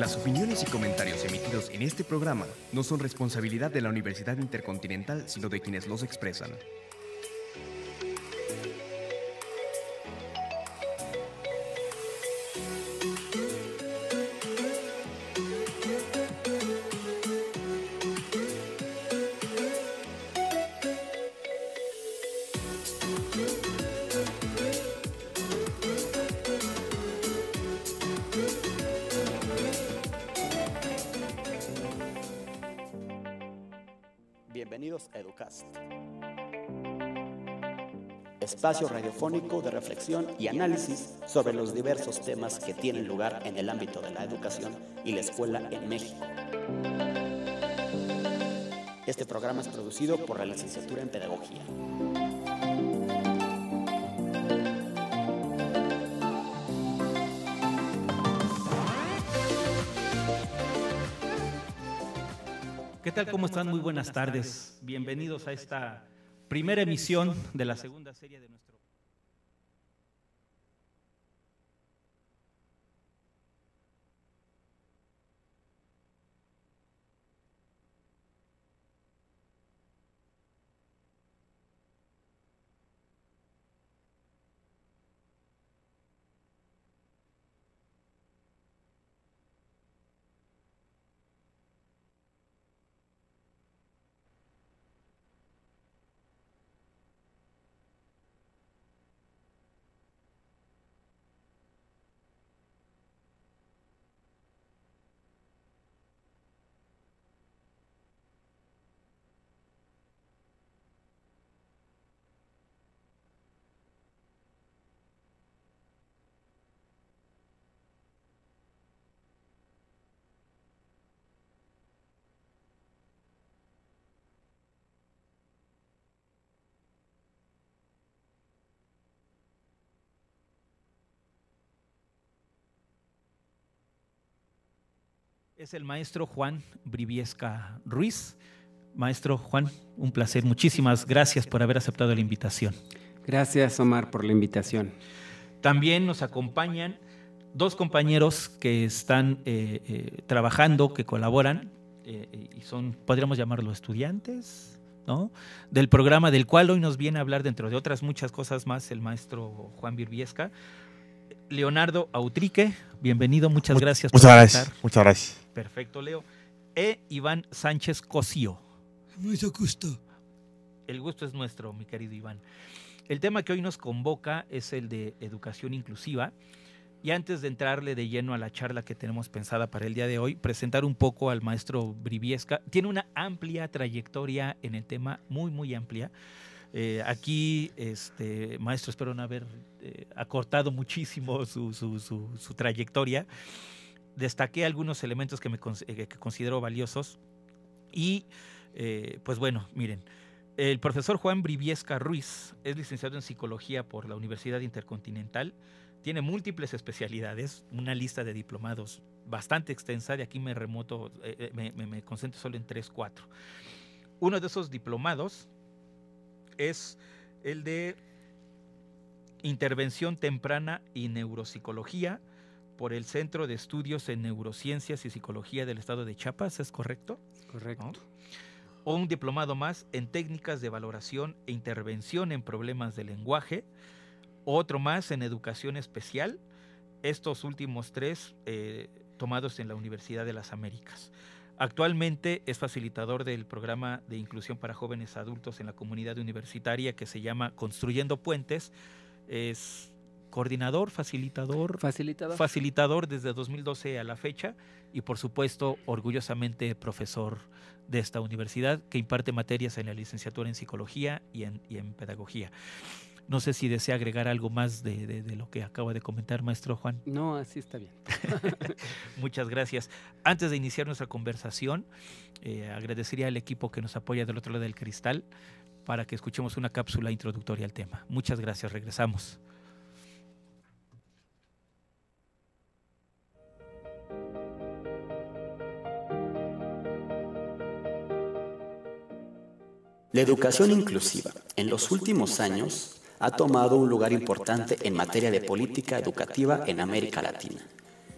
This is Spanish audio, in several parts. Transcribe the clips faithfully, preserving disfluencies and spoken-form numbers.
Las opiniones y comentarios emitidos en este programa no son responsabilidad de la Universidad Intercontinental, sino de quienes los expresan. Bienvenidos a Educast, espacio radiofónico de reflexión y análisis sobre los diversos temas que tienen lugar en el ámbito de la educación y la escuela en México. Este programa es producido por la Licenciatura en Pedagogía. ¿Qué tal? ¿Cómo están? Muy buenas tardes. Bienvenidos a esta primera emisión de la segunda serie de nuestro... Es el maestro Juan Briviesca Ruiz. Maestro Juan, un placer. Muchísimas gracias por haber aceptado la invitación. Gracias, Omar, por la invitación. También nos acompañan dos compañeros que están eh, eh, trabajando, que colaboran, eh, y son, podríamos llamarlo estudiantes, ¿no?, del programa del cual hoy nos viene a hablar, dentro de otras muchas cosas más, el maestro Juan Briviesca. Leonardo Autrique, bienvenido, muchas gracias muchas por gracias, estar. Muchas gracias. Perfecto, Leo. E Iván Sánchez Cosío. Mucho gusto. El gusto es nuestro, mi querido Iván. El tema que hoy nos convoca es el de educación inclusiva. Y antes de entrarle de lleno a la charla que tenemos pensada para el día de hoy, presentar un poco al maestro Briviesca. Tiene una amplia trayectoria en el tema, muy, muy amplia. Eh, aquí, este, maestro, espero no haber eh, acortado muchísimo su, su, su, su trayectoria. Destaqué algunos elementos que, me, eh, que considero valiosos. Y, eh, pues bueno, miren, el profesor Juan Briviesca Ruiz es licenciado en Psicología por la Universidad Intercontinental. Tiene múltiples especialidades, una lista de diplomados bastante extensa. De aquí me remoto, eh, me, me, me concentro solo en tres, cuatro. Uno de esos diplomados es el de Intervención Temprana y Neuropsicología por el Centro de Estudios en Neurociencias y Psicología del Estado de Chiapas, ¿es correcto? Correcto. ¿No? O un diplomado más en Técnicas de Valoración e Intervención en Problemas de Lenguaje, otro más en Educación Especial, estos últimos tres eh, tomados en la Universidad de las Américas. Actualmente es facilitador del programa de inclusión para jóvenes adultos en la comunidad universitaria que se llama Construyendo Puentes. Es coordinador, facilitador, Facilitador. facilitador desde dos mil doce a la fecha y, por supuesto, orgullosamente profesor de esta universidad que imparte materias en la licenciatura en Psicología y en, y en Pedagogía. No sé si desea agregar algo más de, de, de lo que acaba de comentar, maestro Juan. No, así está bien. Muchas gracias. Antes de iniciar nuestra conversación, eh, agradecería al equipo que nos apoya del otro lado del cristal para que escuchemos una cápsula introductoria al tema. Muchas gracias. Regresamos. La educación inclusiva en los últimos años ha tomado un lugar importante en materia de política educativa en América Latina.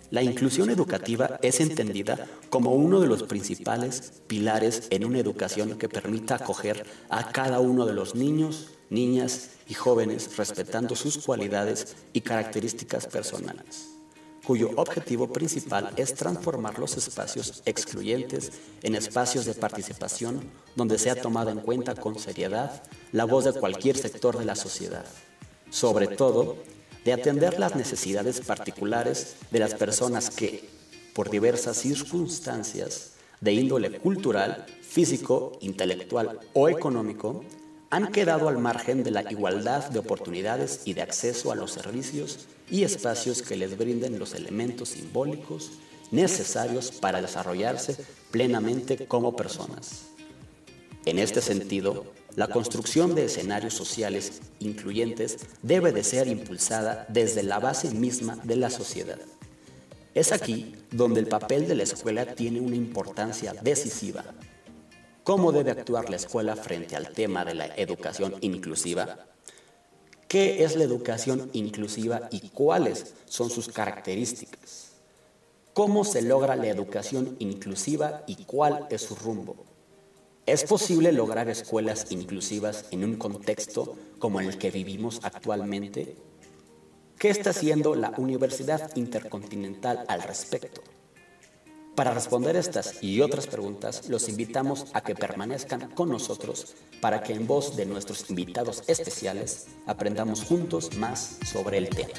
La inclusión educativa es entendida como uno de los principales pilares en una educación que permita acoger a cada uno de los niños, niñas y jóvenes respetando sus cualidades y características personales, cuyo objetivo principal es transformar los espacios excluyentes en espacios de participación donde sea tomada en cuenta con seriedad la voz de cualquier sector de la sociedad, sobre todo de atender las necesidades particulares de las personas que, por diversas circunstancias de índole cultural, físico, intelectual o económico, han quedado al margen de la igualdad de oportunidades y de acceso a los servicios y espacios que les brinden los elementos simbólicos necesarios para desarrollarse plenamente como personas. En este sentido, la construcción de escenarios sociales incluyentes debe de ser impulsada desde la base misma de la sociedad. Es aquí donde el papel de la escuela tiene una importancia decisiva. ¿Cómo debe actuar la escuela frente al tema de la educación inclusiva? ¿Qué es la educación inclusiva y cuáles son sus características? ¿Cómo se logra la educación inclusiva y cuál es su rumbo? ¿Es posible lograr escuelas inclusivas en un contexto como el que vivimos actualmente? ¿Qué está haciendo la Universidad Intercontinental al respecto? Para responder estas y otras preguntas, los invitamos a que permanezcan con nosotros para que en voz de nuestros invitados especiales aprendamos juntos más sobre el tema.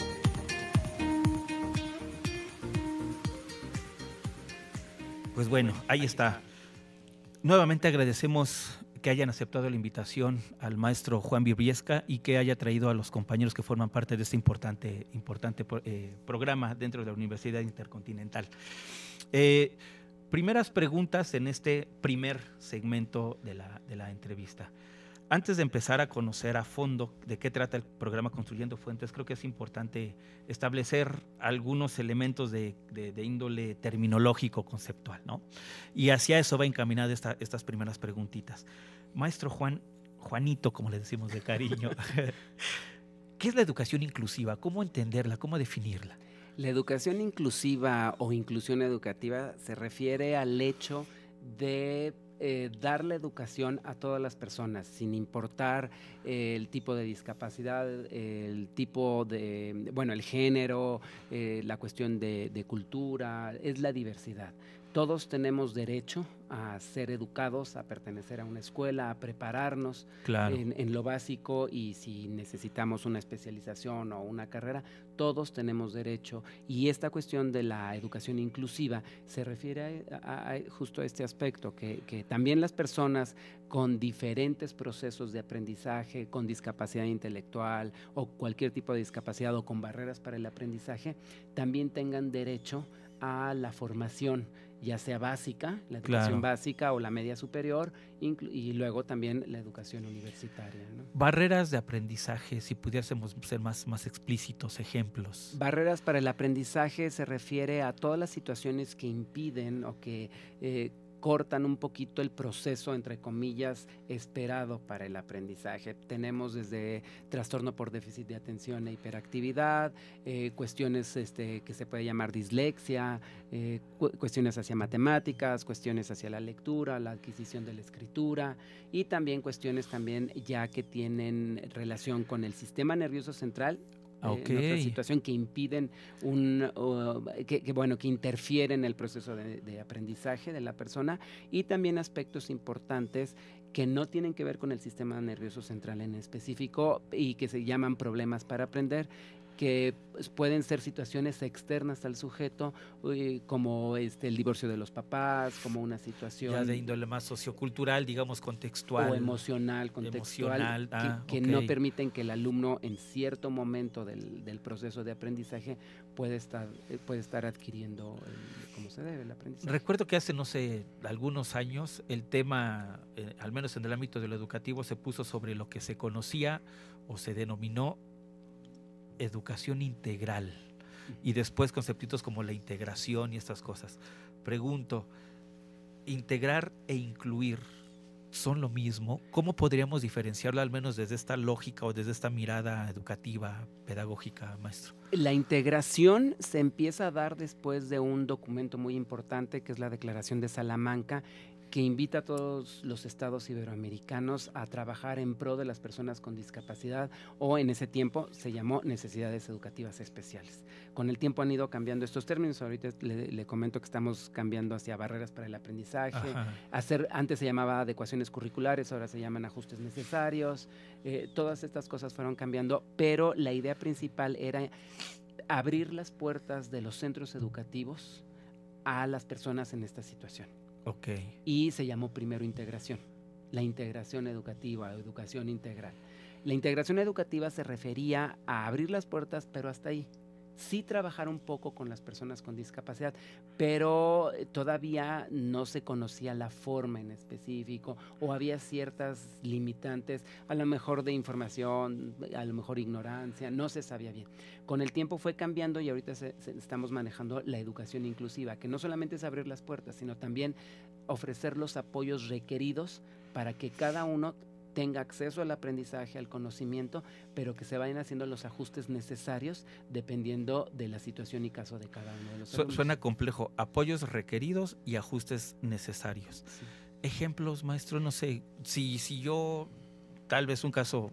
Pues bueno, ahí está. Nuevamente agradecemos que hayan aceptado la invitación al maestro Juan Briesca y que haya traído a los compañeros que forman parte de este importante, importante eh, programa dentro de la Universidad Intercontinental. Eh, primeras preguntas en este primer segmento de la, de la entrevista. Antes de empezar a conocer a fondo de qué trata el programa Construyendo Fuentes, creo que es importante establecer algunos elementos de, de, de índole terminológico conceptual, ¿no? Y hacia eso va encaminada esta, estas primeras preguntitas. Maestro Juan, Juanito, como le decimos de cariño, ¿qué es la educación inclusiva? ¿Cómo entenderla? ¿Cómo definirla? La educación inclusiva o inclusión educativa se refiere al hecho de eh, dar la educación a todas las personas, sin importar eh, el tipo de discapacidad, el tipo de, bueno, el género, eh, la cuestión de, de cultura, es la diversidad. Todos tenemos derecho a ser educados, a pertenecer a una escuela, a prepararnos claro. en, en lo básico, y si necesitamos una especialización o una carrera, todos tenemos derecho. Y esta cuestión de la educación inclusiva se refiere a, a, a justo a este aspecto, que, que también las personas con diferentes procesos de aprendizaje, con discapacidad intelectual o cualquier tipo de discapacidad o con barreras para el aprendizaje, también tengan derecho a la formación, ya sea básica, la educación claro. básica o la media superior, y luego también la educación universitaria, ¿no? Barreras de aprendizaje, si pudiésemos ser más, más explícitos, ejemplos. Barreras para el aprendizaje se refiere a todas las situaciones que impiden o que eh, cortan un poquito el proceso, entre comillas, esperado para el aprendizaje. Tenemos desde trastorno por déficit de atención e hiperactividad, eh, cuestiones este, que se puede llamar dislexia, eh, cu- cuestiones hacia matemáticas, cuestiones hacia la lectura, la adquisición de la escritura, y también cuestiones también ya que tienen relación con el sistema nervioso central, Okay. Eh, en otra situación que impiden un uh, que, que bueno que interfieren en el proceso de, de aprendizaje de la persona, y también aspectos importantes que no tienen que ver con el sistema nervioso central en específico y que se llaman problemas para aprender, que pueden ser situaciones externas al sujeto, uy, como este, el divorcio de los papás, como una situación ya de índole más sociocultural, digamos contextual o emocional, contextual, emocional, ah, que, que okay. no permiten que el alumno en cierto momento del, del proceso de aprendizaje puede estar, puede estar adquiriendo el, como se debe el aprendizaje. Recuerdo que hace, no sé, algunos años el tema, eh, al menos en el ámbito de lo educativo, se puso sobre lo que se conocía o se denominó educación integral, y después conceptos como la integración y estas cosas. Pregunto, integrar e incluir, son lo mismo? ¿Cómo podríamos diferenciarlo al menos desde esta lógica o desde esta mirada educativa, pedagógica, maestro? La integración se empieza a dar después de un documento muy importante que es la Declaración de Salamanca, que invita a todos los estados iberoamericanos a trabajar en pro de las personas con discapacidad, o en ese tiempo se llamó necesidades educativas especiales. Con el tiempo han ido cambiando estos términos. Ahorita le, le comento que estamos cambiando hacia barreras para el aprendizaje. Hacer, antes se llamaba adecuaciones curriculares, ahora se llaman ajustes necesarios. Eh, todas estas cosas fueron cambiando, pero la idea principal era abrir las puertas de los centros educativos a las personas en esta situación. Okay. Y se llamó primero integración, la integración educativa, educación integral. La integración educativa se refería a abrir las puertas, pero hasta ahí. Sí trabajar un poco con las personas con discapacidad, pero todavía no se conocía la forma en específico, o había ciertas limitantes, a lo mejor de información, a lo mejor ignorancia, no se sabía bien. Con el tiempo fue cambiando y ahorita se, se, estamos manejando la educación inclusiva, que no solamente es abrir las puertas, sino también ofrecer los apoyos requeridos para que cada uno tenga acceso al aprendizaje, al conocimiento, pero que se vayan haciendo los ajustes necesarios dependiendo de la situación y caso de cada uno de los alumnos. Suena complejo, apoyos requeridos y ajustes necesarios. Sí. Ejemplos, maestro, no sé, si, si yo, tal vez un caso,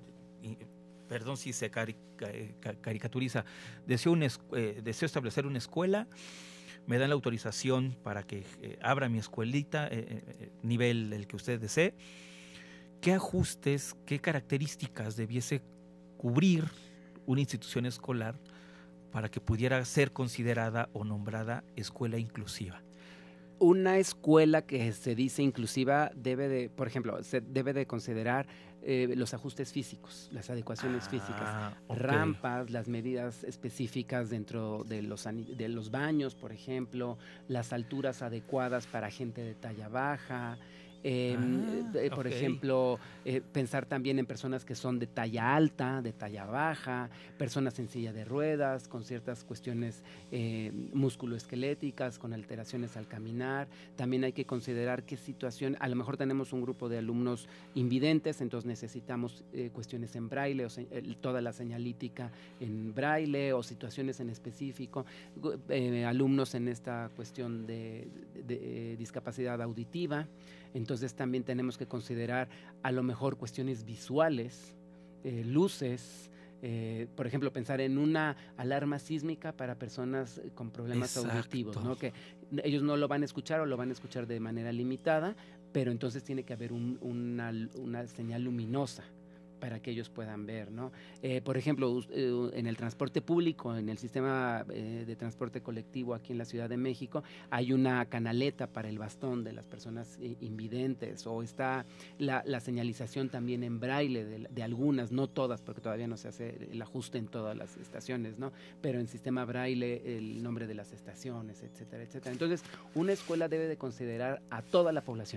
perdón si se cari caricaturiza, deseo, un eh, deseo establecer una escuela, me dan la autorización para que eh, abra mi escuelita, eh, eh, nivel el que usted desee. ¿Qué ajustes, qué características debiese cubrir una institución escolar para que pudiera ser considerada o nombrada escuela inclusiva? Una escuela que se dice inclusiva debe de, por ejemplo, se debe de considerar eh, los ajustes físicos, las adecuaciones ah, físicas, okay. rampas, las medidas específicas dentro de los, de los baños, por ejemplo, las alturas adecuadas para gente de talla baja. Eh, ah, eh, por okay. ejemplo, eh, pensar también en personas que son de talla alta, de talla baja, personas en silla de ruedas, con ciertas cuestiones eh, musculoesqueléticas, con alteraciones al caminar. También hay que considerar qué situación, a lo mejor tenemos un grupo de alumnos invidentes, entonces necesitamos eh, cuestiones en braille, o se, eh, toda la señalítica en braille, o situaciones en específico, eh, alumnos en esta cuestión de, de, de eh, discapacidad auditiva. Entonces también tenemos que considerar a lo mejor cuestiones visuales, eh, luces, eh, por ejemplo, pensar en una alarma sísmica para personas con problemas Exacto. auditivos, ¿no? Que ellos no lo van a escuchar o lo van a escuchar de manera limitada, pero entonces tiene que haber un, una, una señal luminosa para que ellos puedan ver, ¿no? Eh, por ejemplo, eh, en el transporte público, en el sistema eh, de transporte colectivo aquí en la Ciudad de México, hay una canaleta para el bastón de las personas eh, invidentes, o está la, la señalización también en braille de, de algunas, no todas, porque todavía no se hace el ajuste en todas las estaciones, ¿no? Pero en sistema braille el nombre de las estaciones, etcétera, etcétera. Entonces, una escuela debe de considerar a toda la población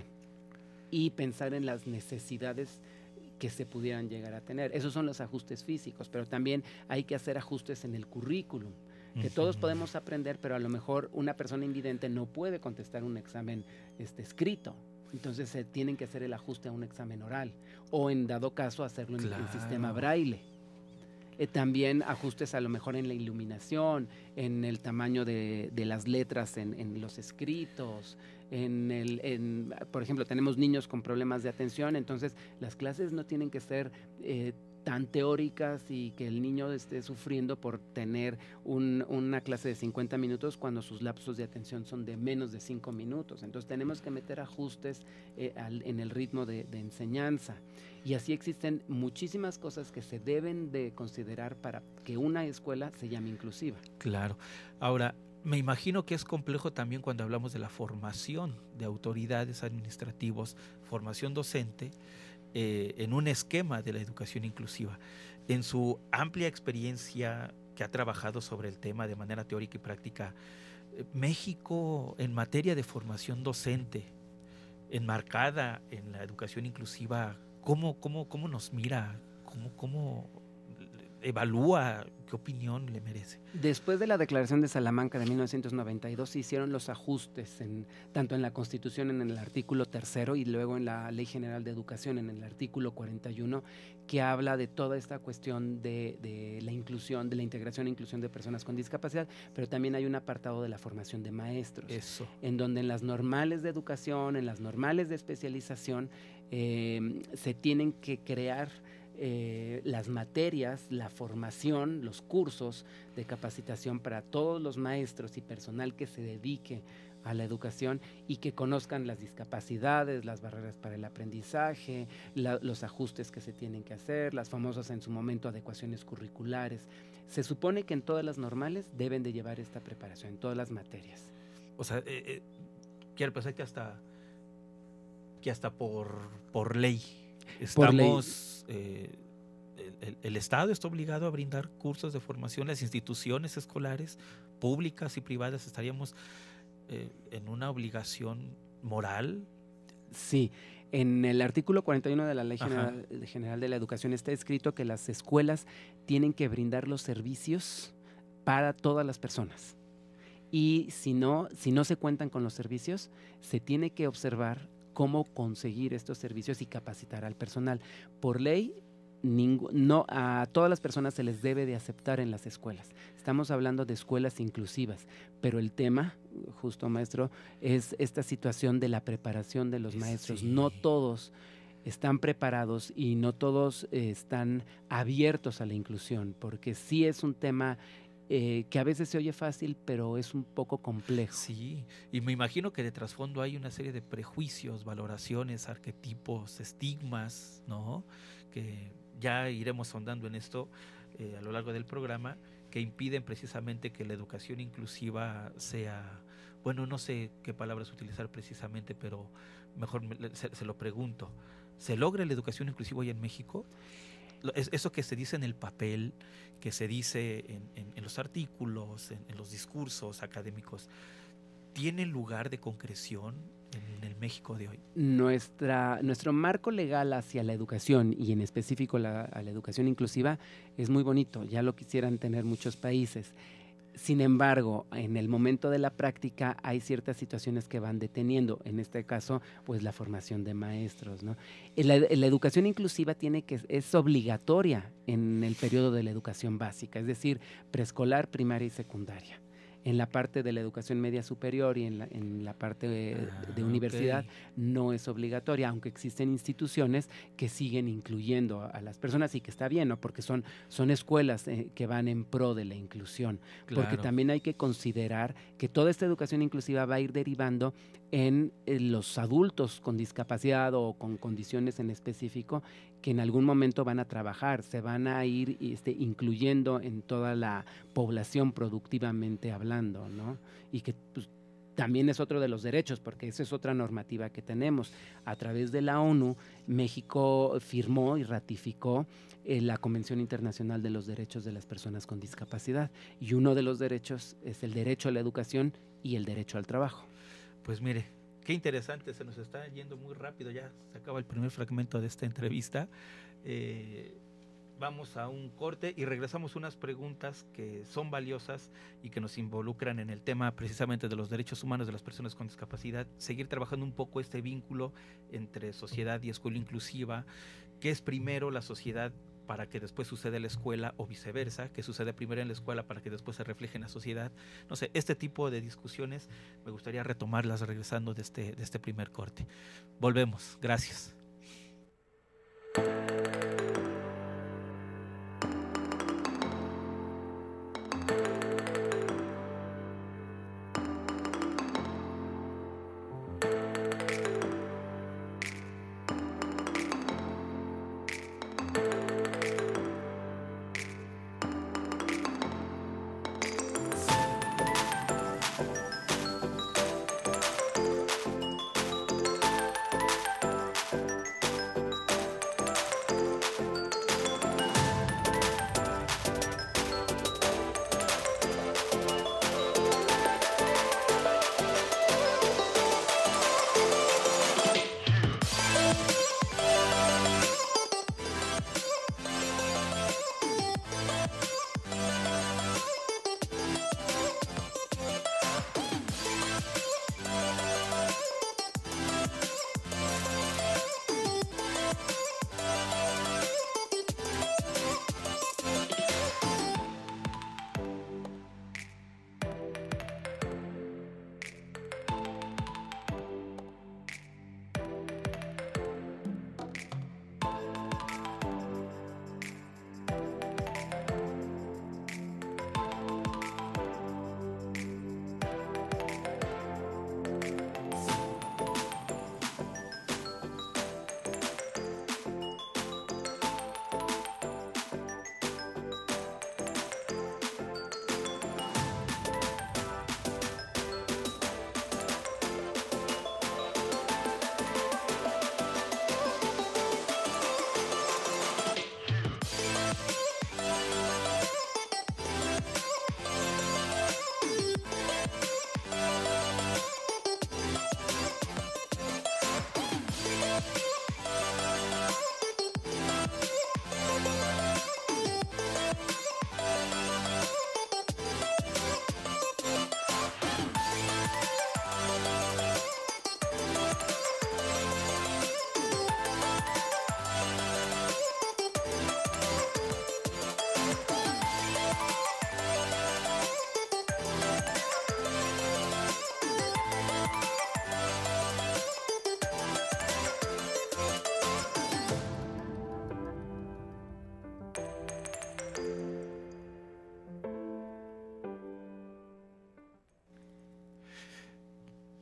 y pensar en las necesidades que se pudieran llegar a tener. Esos son los ajustes físicos, pero también hay que hacer ajustes en el currículum, que uh-huh. todos podemos aprender, pero a lo mejor una persona invidente no puede contestar un examen este, escrito. Entonces se tienen que hacer el ajuste a un examen oral, o en dado caso hacerlo en, claro. en sistema braille. Eh, también ajustes a lo mejor en la iluminación, en el tamaño de, de las letras en, en los escritos, en el, en, por ejemplo, tenemos niños con problemas de atención, entonces las clases no tienen que ser eh, tan teóricas y que el niño esté sufriendo por tener un, una clase de cincuenta minutos cuando sus lapsos de atención son de menos de cinco minutos. Entonces tenemos que meter ajustes eh, al, en el ritmo de, de enseñanza. Y así existen muchísimas cosas que se deben de considerar para que una escuela se llame inclusiva. Claro. Ahora, me imagino que es complejo también cuando hablamos de la formación de autoridades administrativos, formación docente, eh, en un esquema de la educación inclusiva. En su amplia experiencia que ha trabajado sobre el tema de manera teórica y práctica, México en materia de formación docente, enmarcada en la educación inclusiva, ¿cómo, cómo, cómo nos mira? ¿Cómo, cómo evalúa, qué opinión le merece. Después de la Declaración de Salamanca de mil novecientos noventa y dos se hicieron los ajustes en, tanto en la Constitución en el artículo tercero y luego en la Ley General de Educación en el artículo cuarenta y uno, que habla de toda esta cuestión de, de la inclusión, de la integración e inclusión de personas con discapacidad, pero también hay un apartado de la formación de maestros. Eso. En donde en las normales de educación, en las normales de especialización, eh, se tienen que crear Eh, las materias, la formación, los cursos de capacitación para todos los maestros y personal que se dedique a la educación y que conozcan las discapacidades, las barreras para el aprendizaje, la, los ajustes que se tienen que hacer, las famosas en su momento adecuaciones curriculares. Se supone que en todas las normales deben de llevar esta preparación, en todas las materias. O sea, eh, eh, quiero pensar que hasta, que hasta por, por ley estamos... Por ley. Eh, el, el Estado está obligado a brindar cursos de formación, las instituciones escolares públicas y privadas estaríamos eh, en una obligación moral. Sí, en el artículo cuarenta y uno de la Ley General, General de la Educación está escrito que las escuelas tienen que brindar los servicios para todas las personas y si no, si no se cuentan con los servicios, se tiene que observar cómo conseguir estos servicios y capacitar al personal. Por ley, ningú, no, a todas las personas se les debe de aceptar en las escuelas. Estamos hablando de escuelas inclusivas, pero el tema, justo maestro, es esta situación de la preparación de los sí. maestros. No todos están preparados y no todos eh, están abiertos a la inclusión, porque sí es un tema Eh, que a veces se oye fácil, pero es un poco complejo. Sí, y me imagino que de trasfondo hay una serie de prejuicios, valoraciones, arquetipos, estigmas, ¿no? Que ya iremos ahondando en esto eh, a lo largo del programa, que impiden precisamente que la educación inclusiva sea, bueno, no sé qué palabras utilizar precisamente, pero mejor me, se, se lo pregunto. ¿Se logra la educación inclusiva hoy en México? Eso que se dice en el papel, que se dice en, en, en los artículos, en, en los discursos académicos, ¿tiene lugar de concreción en el México de hoy? Nuestra, nuestro marco legal hacia la educación y en específico la, a la educación inclusiva es muy bonito, ya lo quisieran tener muchos países. Sin embargo, en el momento de la práctica hay ciertas situaciones que van deteniendo, en este caso, pues la formación de maestros, ¿no? La, la educación inclusiva tiene que, es obligatoria en el periodo de la educación básica, es decir, preescolar, primaria y secundaria. En la parte de la educación media superior y en la, en la parte de, ah, de universidad okay. no es obligatoria, aunque existen instituciones que siguen incluyendo a, a las personas y que está bien, ¿no? Porque son, son escuelas eh, que van en pro de la inclusión. Claro. Porque también hay que considerar que toda esta educación inclusiva va a ir derivando en eh, los adultos con discapacidad o con condiciones en específico que en algún momento van a trabajar, se van a ir este, incluyendo en toda la población productivamente hablando, ¿no? Y que pues, también es otro de los derechos, porque esa es otra normativa que tenemos. A través de la ONU, México firmó y ratificó eh, la Convención Internacional de los Derechos de las Personas con Discapacidad, y uno de los derechos es el derecho a la educación y el derecho al trabajo. Pues mire, qué interesante, se nos está yendo muy rápido, ya se acaba el primer fragmento de esta entrevista. Eh, vamos a un corte y regresamos unas preguntas que son valiosas y que nos involucran en el tema precisamente de los derechos humanos de las personas con discapacidad, seguir trabajando un poco este vínculo entre sociedad y escuela inclusiva, qué es primero la sociedad para que después suceda en la escuela o viceversa, que sucede primero en la escuela para que después se refleje en la sociedad. No sé, este tipo de discusiones me gustaría retomarlas regresando de este, de este primer corte. Volvemos, gracias.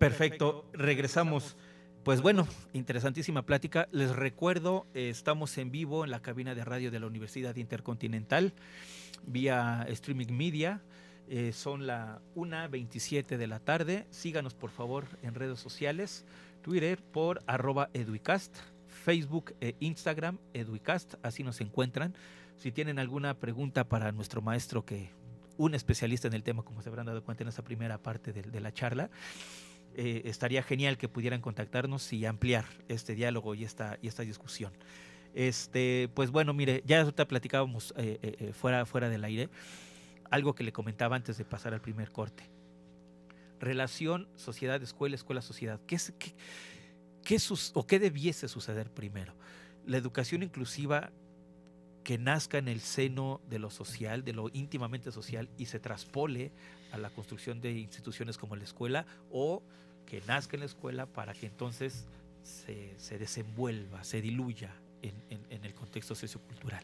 Perfecto, regresamos. Pues bueno, interesantísima plática. Les recuerdo, eh, estamos en vivo en la cabina de radio de la Universidad Intercontinental, vía streaming media. Eh, son la una veintisiete de la tarde. Síganos por favor en redes sociales, Twitter por arroba eduicast, Facebook e Instagram eduicast, así nos encuentran. Si tienen alguna pregunta para nuestro maestro, que un especialista en el tema, como se habrán dado cuenta en esta primera parte de, de la charla, eh, estaría genial que pudieran contactarnos y ampliar este diálogo y esta, y esta discusión. Este, pues bueno, mire, ya ahorita platicábamos eh, eh, fuera, fuera del aire, algo que le comentaba antes de pasar al primer corte. Relación sociedad-escuela, escuela-sociedad. ¿Qué, es, qué, qué sus, o qué debiese suceder primero? La educación inclusiva que nazca en el seno de lo social, de lo íntimamente social, y se traspole a la construcción de instituciones como la escuela, o que nazca en la escuela para que entonces se, se desenvuelva, se diluya en, en, en el contexto sociocultural.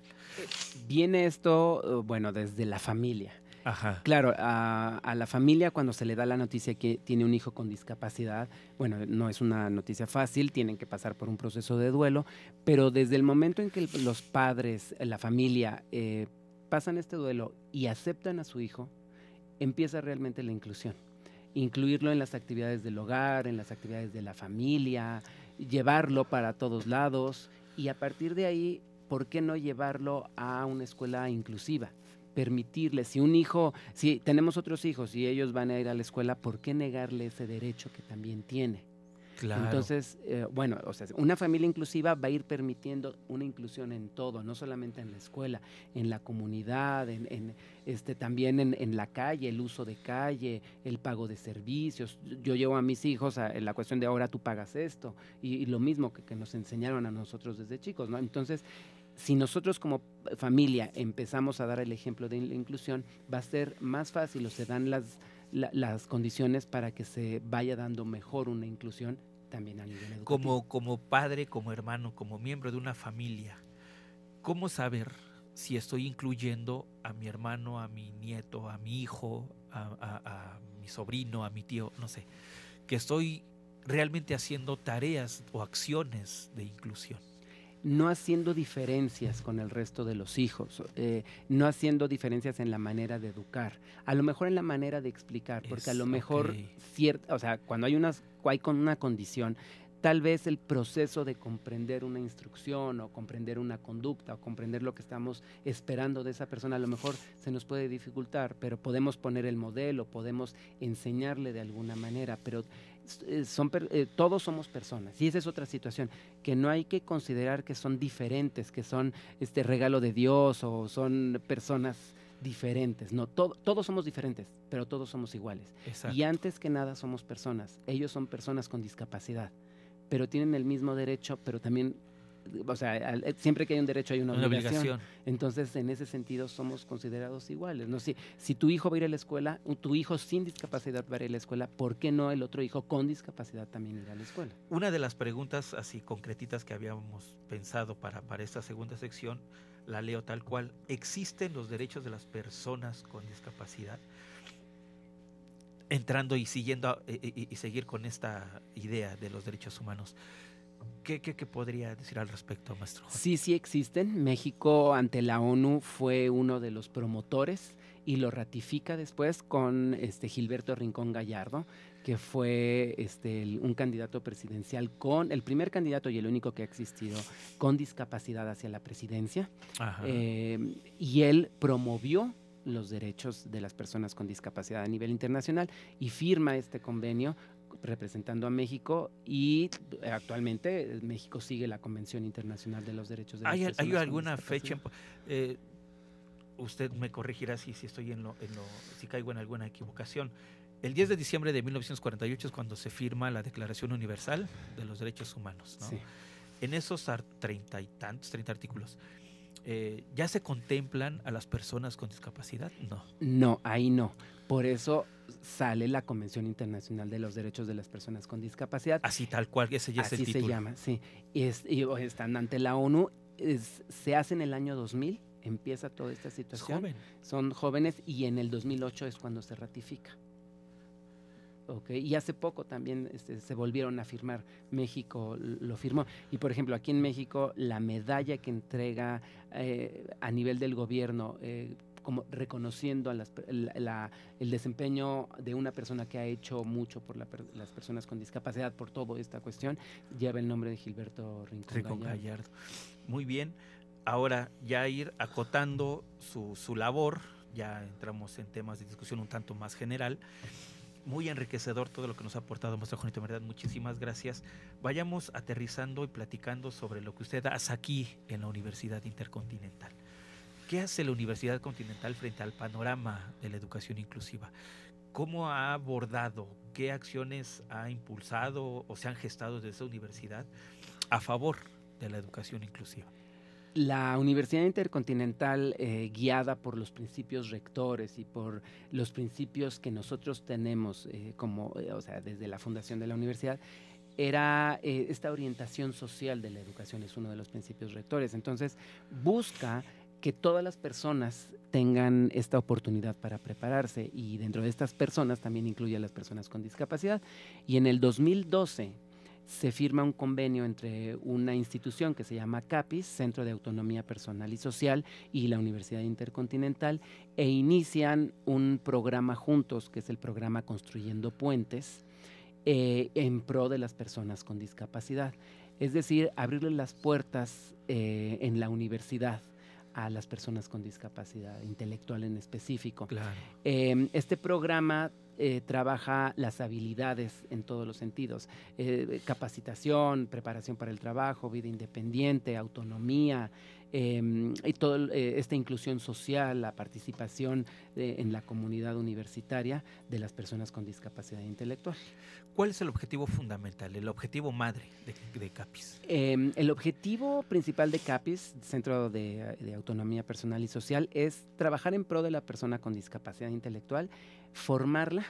Viene esto, bueno, desde la familia. Ajá. Claro, a, a la familia cuando se le da la noticia que tiene un hijo con discapacidad, bueno, no es una noticia fácil, tienen que pasar por un proceso de duelo, pero desde el momento en que el, los padres, la familia, eh, pasan este duelo y aceptan a su hijo, empieza realmente la inclusión. Incluirlo en las actividades del hogar, en las actividades de la familia, llevarlo para todos lados, y a partir de ahí, ¿por qué no llevarlo a una escuela inclusiva? Permitirles, si un hijo, si tenemos otros hijos y ellos van a ir a la escuela, ¿por qué negarle ese derecho que también tiene? Claro. Entonces, eh, bueno, o sea, una familia inclusiva va a ir permitiendo una inclusión en todo, no solamente en la escuela, en la comunidad, en, en este, también en, en la calle, el uso de calle, el pago de servicios. Yo llevo a mis hijos a, en la cuestión de ahora tú pagas esto, y, y lo mismo que, que nos enseñaron a nosotros desde chicos, ¿no? Entonces, si nosotros como familia empezamos a dar el ejemplo de la inclusión, va a ser más fácil o se dan las, la, las condiciones para que se vaya dando mejor una inclusión también a nivel educativo. Como, como padre, como hermano, como miembro de una familia, ¿cómo saber si estoy incluyendo a mi hermano, a mi nieto, a mi hijo, a, a, a mi sobrino, a mi tío, no sé, que estoy realmente haciendo tareas o acciones de inclusión? No haciendo diferencias con el resto de los hijos, eh, no haciendo diferencias en la manera de educar, a lo mejor en la manera de explicar, porque es, a lo mejor, okay. cierta, o sea, cuando hay, unas, hay con una condición, tal vez el proceso de comprender una instrucción o comprender una conducta o comprender lo que estamos esperando de esa persona, a lo mejor se nos puede dificultar, pero podemos poner el modelo, podemos enseñarle de alguna manera, pero son, eh, todos somos personas, y esa es otra situación, que no hay que considerar que son diferentes, que son este regalo de Dios o son personas diferentes. No, to- todos somos diferentes, pero todos somos iguales. Exacto. Y antes que nada somos personas. Ellos son personas con discapacidad, pero tienen el mismo derecho, pero también, o sea, siempre que hay un derecho hay una, una obligación. obligación. Entonces, en ese sentido, somos considerados iguales, ¿no? Si, si tu hijo va a ir a la escuela, tu hijo sin discapacidad va a ir a la escuela, ¿por qué no el otro hijo con discapacidad también ir a la escuela? Una de las preguntas así concretitas que habíamos pensado para, para esta segunda sección, la leo tal cual: ¿existen los derechos de las personas con discapacidad? Entrando y siguiendo y, y, y seguir con esta idea de los derechos humanos, ¿Qué, qué, ¿Qué podría decir al respecto, maestro Juan? Sí, sí existen. México ante la ONU fue uno de los promotores y lo ratifica después con este Gilberto Rincón Gallardo, que fue este, el, un candidato presidencial con, el primer candidato y el único que ha existido con discapacidad hacia la presidencia. Eh, y él promovió los derechos de las personas con discapacidad a nivel internacional y firma este convenio representando a México, y actualmente México sigue la Convención Internacional de los Derechos de las ¿Hay, Personas ¿Hay alguna con fecha? Eh, usted me corregirá si, si estoy en lo, en lo, si caigo en alguna equivocación. El diez de diciembre de mil novecientos cuarenta y ocho es cuando se firma la Declaración Universal de los Derechos Humanos, ¿no? Sí. En esos treinta y tantos, treinta artículos, eh, ¿ya se contemplan a las personas con discapacidad? No. No, ahí no. Por eso sale la Convención Internacional de los Derechos de las Personas con Discapacidad. Así tal cual, ese ya es el título. Así se llama, sí. Y, es, y están ante la ONU, es, se hace en el año dos mil, empieza toda esta situación. Es joven. Son jóvenes, y en el dos mil ocho es cuando se ratifica. Okay. Y hace poco también este, se volvieron a firmar, México lo firmó. Y por ejemplo, aquí en México, la medalla que entrega eh, a nivel del gobierno, eh, como reconociendo a las, la, la, el desempeño de una persona que ha hecho mucho por la, las personas con discapacidad, por toda esta cuestión, lleva el nombre de Gilberto Rincón, Rincón Gallardo. Gallardo. Muy bien. Ahora ya ir acotando su, su labor, ya entramos en temas de discusión un tanto más general. Muy enriquecedor todo lo que nos ha aportado maestro Juanito, en verdad, muchísimas gracias. Vayamos aterrizando y platicando sobre lo que usted hace aquí en la Universidad Intercontinental. ¿Qué hace la Universidad Continental frente al panorama de la educación inclusiva? ¿Cómo ha abordado, qué acciones ha impulsado o se han gestado desde esa universidad a favor de la educación inclusiva? La Universidad Intercontinental, eh, guiada por los principios rectores y por los principios que nosotros tenemos, eh, como, eh, o sea, desde la fundación de la universidad, era eh, esta orientación social de la educación, es uno de los principios rectores. Entonces, busca que todas las personas tengan esta oportunidad para prepararse, y dentro de estas personas también incluye a las personas con discapacidad. Y en el dos mil doce se firma un convenio entre una institución que se llama CAPIS, Centro de Autonomía Personal y Social, y la Universidad Intercontinental, e inician un programa juntos, que es el programa Construyendo Puentes, eh, en pro de las personas con discapacidad. Es decir, abrirles las puertas eh, en la universidad a las personas con discapacidad intelectual en específico. Claro. Eh, este programa eh, trabaja las habilidades en todos los sentidos, eh, capacitación, preparación para el trabajo, vida independiente, autonomía, eh, y toda eh, esta inclusión social, la participación de, en la comunidad universitaria de las personas con discapacidad intelectual. ¿Cuál es el objetivo fundamental, el objetivo madre de, de CAPIS? Eh, el objetivo principal de CAPIS, Centro de, de Autonomía Personal y Social, es trabajar en pro de la persona con discapacidad intelectual, formarla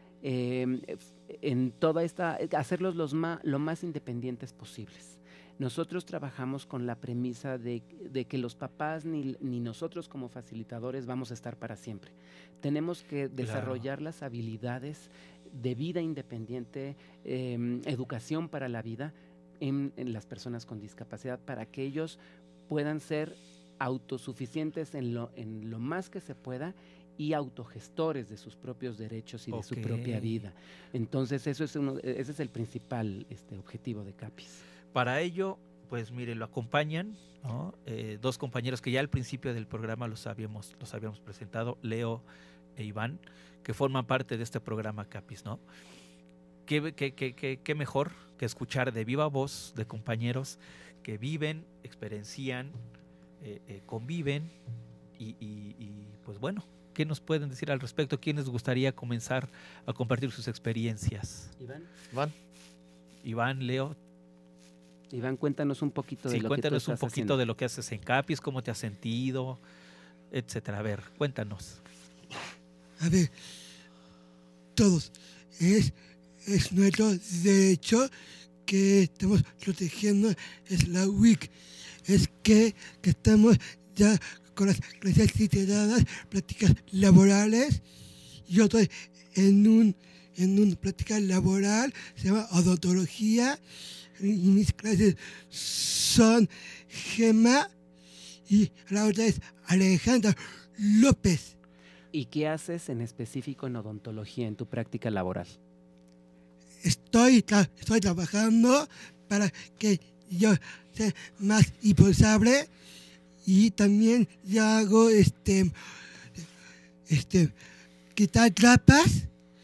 eh, en toda esta, hacerlos los más, lo más independientes posibles. Nosotros trabajamos con la premisa de, de que los papás ni, ni nosotros como facilitadores vamos a estar para siempre. Tenemos que desarrollar claro. las habilidades de vida independiente, eh, educación para la vida en, en las personas con discapacidad, para que ellos puedan ser autosuficientes en lo, en lo más que se pueda y autogestores de sus propios derechos y de okay. su propia vida. Entonces, eso es uno, ese es el principal este, objetivo de CAPIS. Para ello, pues mire, lo acompañan, ¿no? eh, dos compañeros que ya al principio del programa los habíamos, los habíamos presentado, Leo e Iván, que forman parte de este programa CAPIS, ¿no? ¿Qué, qué, qué, qué, qué mejor que escuchar de viva voz de compañeros que viven, experiencian, eh, eh, conviven y, y, y pues bueno, ¿qué nos pueden decir al respecto? ¿Quién les gustaría comenzar a compartir sus experiencias? Iván. Iván. Iván, Leo. Iván, cuéntanos un poquito de sí, lo que cuéntanos tú un estás poquito haciendo. de lo que haces en CAPIS, cómo te has sentido, etcétera. A ver, cuéntanos. A ver, todos, es, es nuestro derecho que estamos protegiendo, es la U I C, es que, que estamos ya con las clases literadas, prácticas laborales. Yo estoy en un en una práctica laboral, se llama odontología, y mis clases son Gemma y la otra es Alejandra López. ¿Y qué haces en específico en odontología en tu práctica laboral? Estoy, tra- estoy trabajando para que yo sea más impulsable, y también yo hago este, este, quitar trapas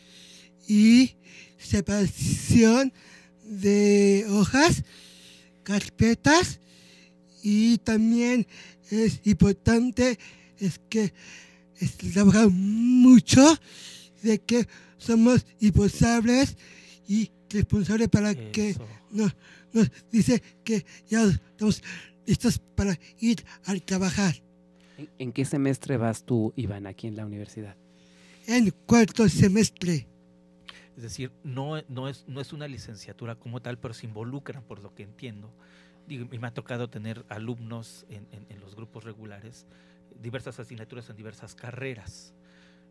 y separación de hojas, carpetas, y también es importante es que es trabajar mucho de que somos responsables y responsables para Eso. que nos, nos dice que ya estamos listos para ir a trabajar. ¿En, ¿En qué semestre vas tú, Iván, aquí en la universidad? En cuarto semestre. Es decir, no, no, es, no es una licenciatura como tal, pero se involucran, por lo que entiendo. Digo, y me ha tocado tener alumnos en, en, en los grupos regulares, diversas asignaturas en diversas carreras.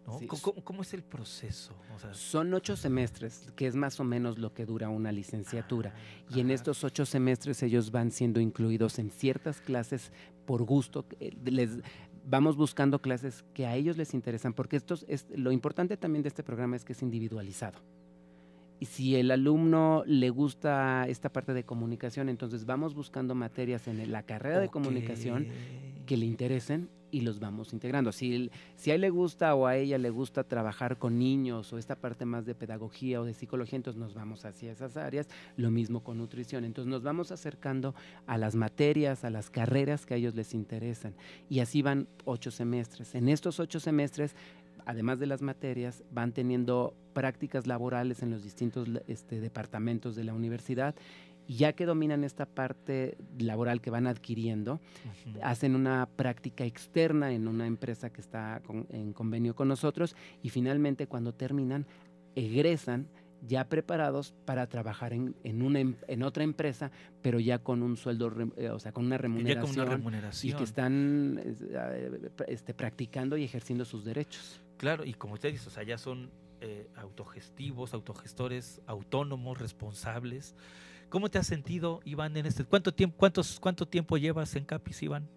¿no? Sí. ¿Cómo, cómo es el proceso? O sea, Son ocho semestres, que es más o menos lo que dura una licenciatura. Y en ajá. estos ocho semestres ellos van siendo incluidos en ciertas clases por gusto. eh, Les vamos buscando clases que a ellos les interesan, porque esto es, lo importante también de este programa es que es individualizado. Y si el alumno le gusta esta parte de comunicación, entonces vamos buscando materias en la carrera de Ok. comunicación que le interesen y los vamos integrando. Si, el- si a él le gusta o a ella le gusta trabajar con niños o esta parte más de pedagogía o de psicología, entonces nos vamos hacia esas áreas. Lo mismo con nutrición. Entonces nos vamos acercando a las materias, a las carreras que a ellos les interesan. Y así van ocho semestres. En estos ocho semestres, además de las materias, van teniendo prácticas laborales en los distintos este, departamentos de la universidad. Y ya que dominan esta parte laboral que van adquiriendo, Ujú. hacen una práctica externa en una empresa que está con- en convenio con nosotros y finalmente cuando terminan, egresan ya preparados para trabajar en, en, una, em- en otra empresa, pero ya con un sueldo, rem- eh, o sea, con una Ya como remuneración, una y remuneración. que están es, eh, este, practicando y ejerciendo sus derechos. Claro, y como usted dice, o sea, ya son eh, autogestivos, autogestores, autónomos, responsables. ¿Cómo te has sentido, Iván, en este? ¿Cuánto tiempo, cuántos, cuánto tiempo llevas en Capis, Iván?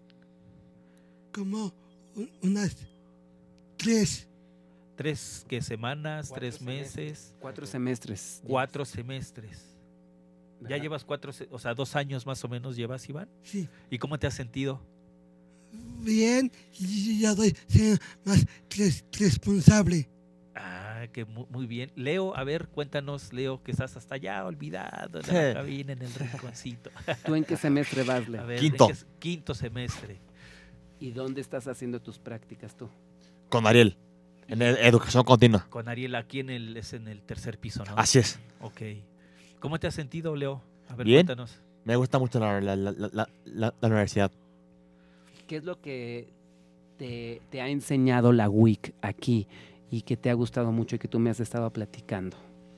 Como un- unas tres, ¿Tres qué, semanas? Cuatro ¿Tres semestres. meses? Cuatro semestres. Cuatro semestres. Ya ¿verdad? llevas cuatro, se- o sea, dos años más o menos llevas, Iván. sí, ¿Y cómo te has sentido? bien, y ya doy ser más res- responsable. Ah, que mu- muy bien. Leo, a ver, cuéntanos, Leo, que estás hasta allá olvidado en la cabina, en el rinconcito. ¿Tú en qué semestre vas, Leo? A ver, Quinto. ¿en qué es- quinto semestre. ¿Y dónde estás haciendo tus prácticas tú? Con Ariel, en ed- educación continua. Con Ariel aquí en el, es en el tercer piso, ¿no? Así es. Ok. ¿Cómo te has sentido, Leo? A ver, Bien. cuéntanos. Me gusta mucho la, la- la- la- la- la universidad. ¿Qué es lo que te, te ha enseñado la W I C aquí y que te ha gustado mucho y que tú me has estado platicando?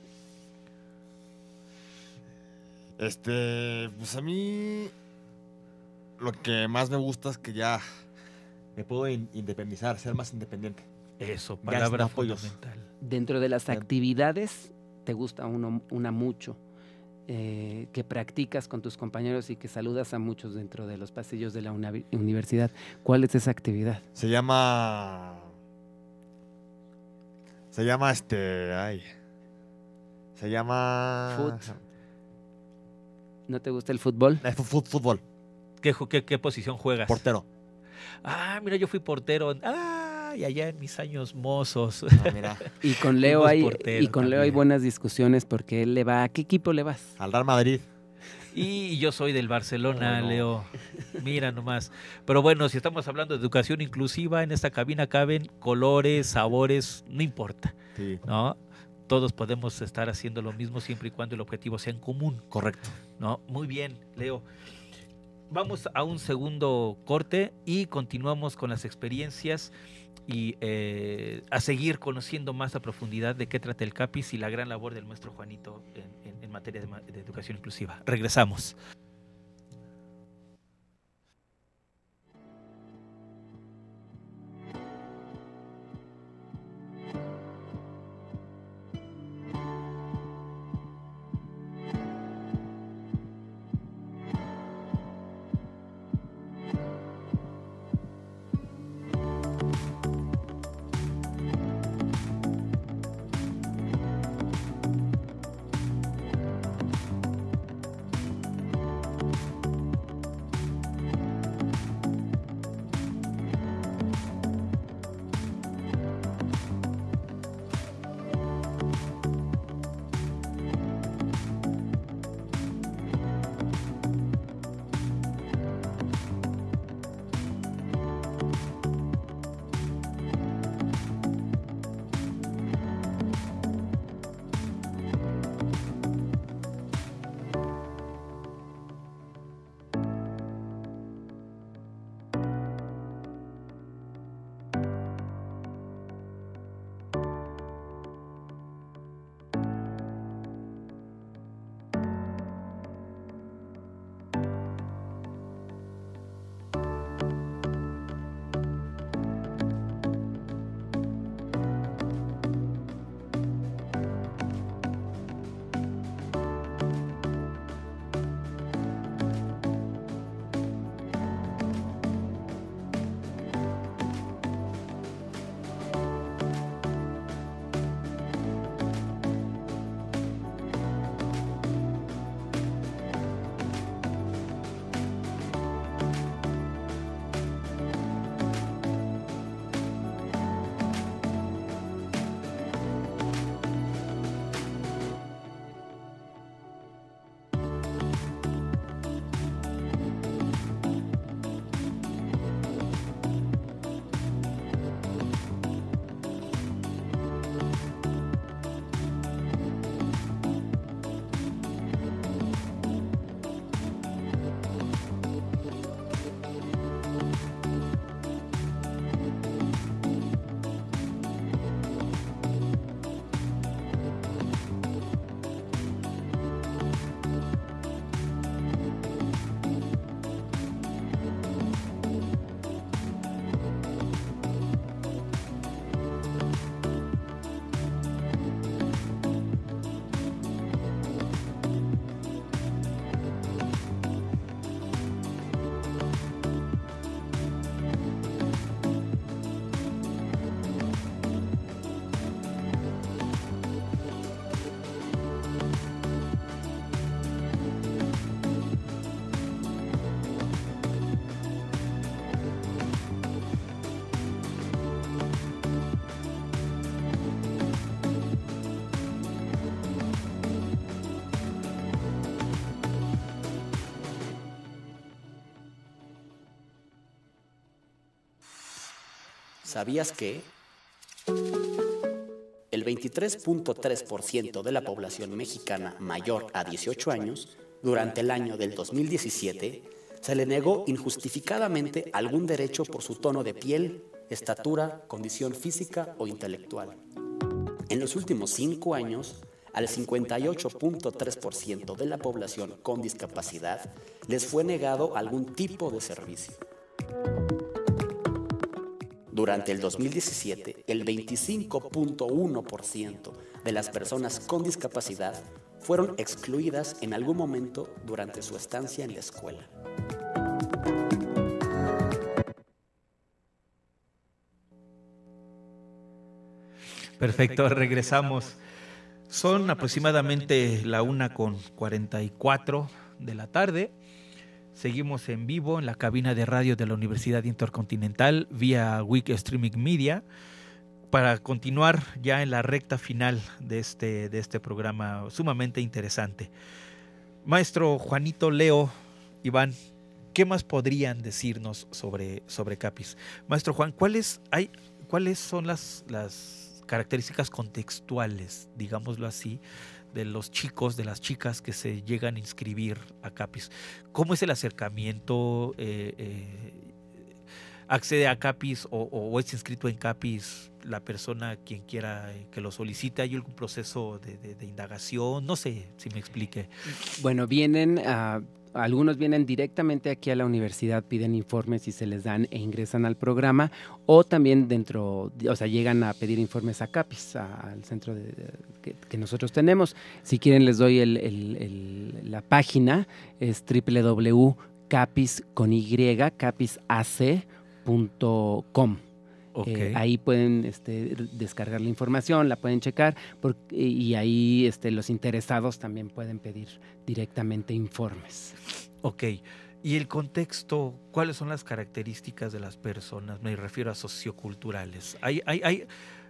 Este, pues a mí lo que más me gusta es que ya me puedo in- independizar, ser más independiente. Eso, sin palabra apoyos. fundamental. Dentro de las Bien. actividades, ¿te gusta uno, una mucho? Eh, que practicas con tus compañeros y que saludas a muchos dentro de los pasillos de la una- universidad. ¿Cuál es esa actividad? Se llama. Se llama este. Ay. Se llama. Foot. ¿No te gusta el fútbol? Eh, fu- fu- fútbol. ¿Qué, ju- qué, qué posición juegas? Portero. Ah, mira, yo fui portero. Ah, y allá en mis años mozos. Ah, mira. Y con Leo Fuimos hay, portero y con Leo hay también. buenas discusiones porque él le va. ¿A qué equipo le vas? Al Real Madrid. Y yo soy del Barcelona, Oh, no. Leo. Mira nomás. Pero bueno, si estamos hablando de educación inclusiva, en esta cabina caben colores, sabores, no importa, Sí, ¿no? Todos podemos estar haciendo lo mismo siempre y cuando el objetivo sea en común, correcto. ¿no? Muy bien, Leo. Vamos a un segundo corte y continuamos con las experiencias y eh, a seguir conociendo más a profundidad de qué trata el CAPIS y la gran labor del maestro Juanito en, en- en materia de, ma- de educación inclusiva. Regresamos. ¿Sabías que el veintitrés punto tres por ciento de la población mexicana mayor a dieciocho años, durante el año del dos mil diecisiete, se le negó injustificadamente algún derecho por su tono de piel, estatura, condición física o intelectual? En los últimos cinco años, al cincuenta y ocho punto tres por ciento de la población con discapacidad les fue negado algún tipo de servicio. Durante el dos mil diecisiete, el veinticinco punto uno por ciento de las personas con discapacidad fueron excluidas en algún momento durante su estancia en la escuela. Perfecto, regresamos. Son aproximadamente la una con cuarenta y cuatro de la tarde. Seguimos en vivo en la cabina de radio de la Universidad Intercontinental vía Week Streaming Media para continuar ya en la recta final de este, de este programa sumamente interesante. Maestro Juanito, Leo, Iván, ¿qué más podrían decirnos sobre, sobre CAPIS? Maestro Juan, ¿cuáles, hay, ¿cuáles son las, las características contextuales, digámoslo así, de los chicos, de las chicas que se llegan a inscribir a CAPIS? ¿Cómo es el acercamiento? Eh, eh, ¿Accede a CAPIS o, o es inscrito en CAPIS la persona quien quiera que lo solicite? ¿Hay algún proceso de, de, de indagación? No sé si me explique. Bueno, vienen a... Algunos vienen directamente aquí a la universidad, piden informes y se les dan e ingresan al programa, o también dentro, o sea, llegan a pedir informes a CAPIS, a, al centro de, de, que, que nosotros tenemos. Si quieren les doy el, el, el, la página, es doble u doble u doble u punto capis con y, capisac punto com. Okay. Eh, ahí pueden este, descargar la información, la pueden checar porque, y ahí este, los interesados también pueden pedir directamente informes. Ok. ¿Y el contexto? ¿Cuáles son las características de las personas? Me refiero a socioculturales. ¿Hay, hay, hay,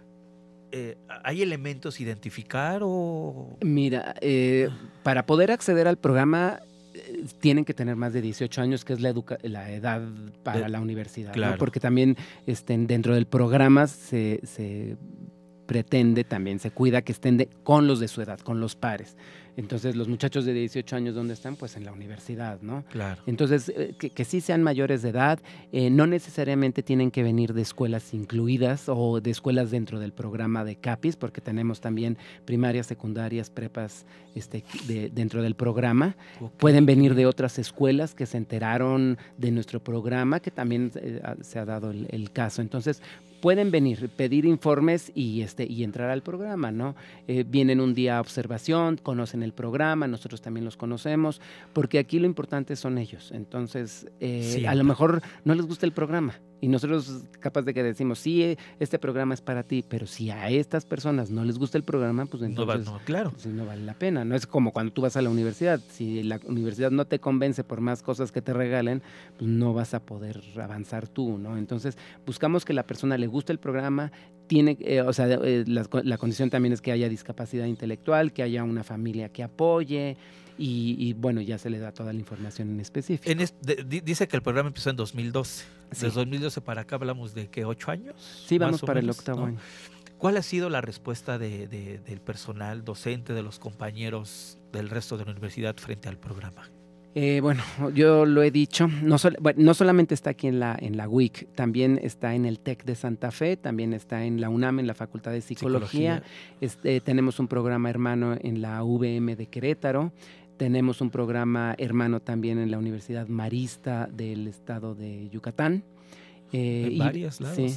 eh, ¿hay elementos a identificar o...? Mira, eh, para poder acceder al programa tienen que tener más de dieciocho años, que es la, educa- la edad para de, la universidad, claro. ¿no? Porque también estén dentro del programa se, se pretende, también se cuida que estén de, con los de su edad, con los pares. Entonces, los muchachos de dieciocho años, ¿dónde están? Pues en la universidad, ¿no? Claro. Entonces, eh, que, que sí sean mayores de edad, eh, no necesariamente tienen que venir de escuelas incluidas o de escuelas dentro del programa de CAPIS, porque tenemos también primarias, secundarias, prepas este, de, dentro del programa. Okay. Pueden venir de otras escuelas que se enteraron de nuestro programa, que también eh, se ha dado el, el caso. Entonces, pueden venir, pedir informes y, este, y entrar al programa, ¿no? Eh, vienen un día a observación, conocen el programa, nosotros también los conocemos, porque aquí lo importante son ellos. Entonces, eh, a lo mejor no les gusta el programa y nosotros capaz de que decimos, sí, este programa es para ti, pero si a estas personas no les gusta el programa, pues entonces no, va, no, claro. pues, no vale la pena. No es como cuando tú vas a la universidad, si la universidad no te convence por más cosas que te regalen, pues no vas a poder avanzar tú, ¿no? Entonces, buscamos que la persona le guste el programa, tiene, eh, o sea, eh, la, la condición también es que haya discapacidad intelectual, que haya una familia que apoye y, y bueno, ya se le da toda la información en específico. En este, de, dice que el programa empezó en dos mil doce. Sí. Desde dos mil doce para acá hablamos de que ocho años. Sí, vamos para menos, el octavo ¿no? año. ¿Cuál ha sido la respuesta de, de, del personal docente, de los compañeros del resto de la universidad frente al programa? Eh, bueno, yo lo he dicho, no, sol, bueno, no solamente está aquí en la, en la U I C, también está en el TEC de Santa Fe, también está en la UNAM, en la Facultad de Psicología, Psicología. Este, tenemos un programa hermano en la U V M de Querétaro, tenemos un programa hermano también en la Universidad Marista del estado de Yucatán. Eh, en y, varios lados. Sí,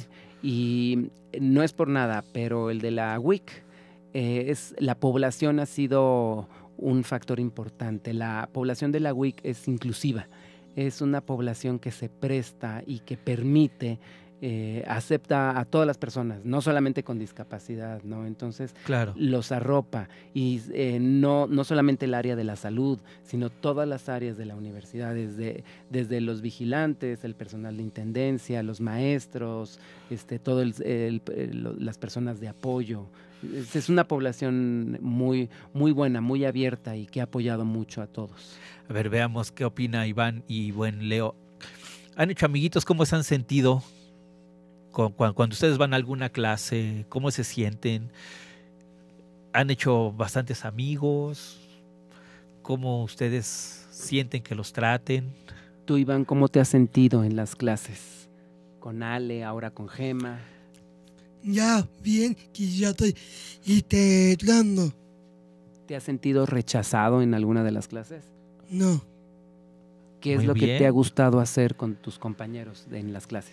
y no es por nada, pero el de la U I C, eh, es, la población ha sido un factor importante. La población de la U I C es inclusiva, es una población que se presta y que permite, eh, acepta a todas las personas, no solamente con discapacidad, ¿no? Entonces, claro. los arropa y eh, no, no solamente el área de la salud, sino todas las áreas de la universidad, desde, desde los vigilantes, el personal de intendencia, los maestros, este, todo el, el, el, las personas de apoyo. Es una población muy, muy buena, muy abierta y que ha apoyado mucho a todos. A ver, veamos qué opina Iván y buen Leo. ¿Han hecho amiguitos? ¿Cómo se han sentido cu- cu- cuando ustedes van a alguna clase, ¿cómo se sienten? ¿Han hecho bastantes amigos? ¿Cómo ustedes sienten que los traten? Tú, Iván, ¿cómo te has sentido en las clases? Con Ale, ahora con Gema. Ya bien que ya estoy integrando. ¿Te has sentido rechazado en alguna de las clases? No, ¿Qué es Muy lo que bien. te ha gustado hacer con tus compañeros de- en las clases?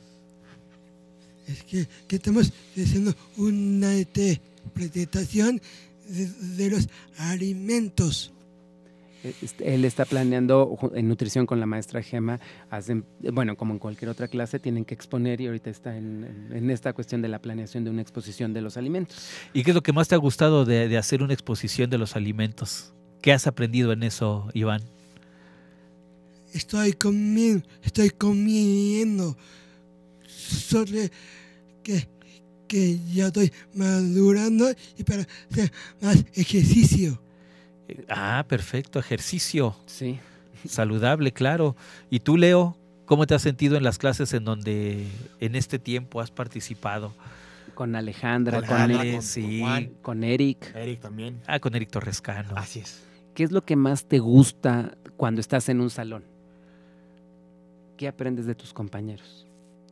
es que, que estamos haciendo una interpretación de, de los alimentos. Eh, este, Él está planeando ju- en nutrición con la maestra Gema, hacen, eh, bueno, como en cualquier otra clase, tienen que exponer y ahorita está en, en- en esta cuestión de la planeación de una exposición de los alimentos. ¿Y qué es lo que más te ha gustado de, de hacer una exposición de los alimentos? ¿Qué has aprendido en eso, Iván? Estoy comiendo, estoy comiendo. Solo que, que ya estoy madurando y para hacer más ejercicio. Eh, Ah, perfecto, ejercicio Sí. saludable, claro. ¿Y tú, Leo, cómo te has sentido en las clases en donde en este tiempo has participado? Con Alejandra, Con con, Alejandra, Eric, con- sí. con Juan, con Eric. Eric también. Ah, con Eric Torrescano. Así es. ¿Qué es lo que más te gusta cuando estás en un salón? ¿Qué aprendes de tus compañeros?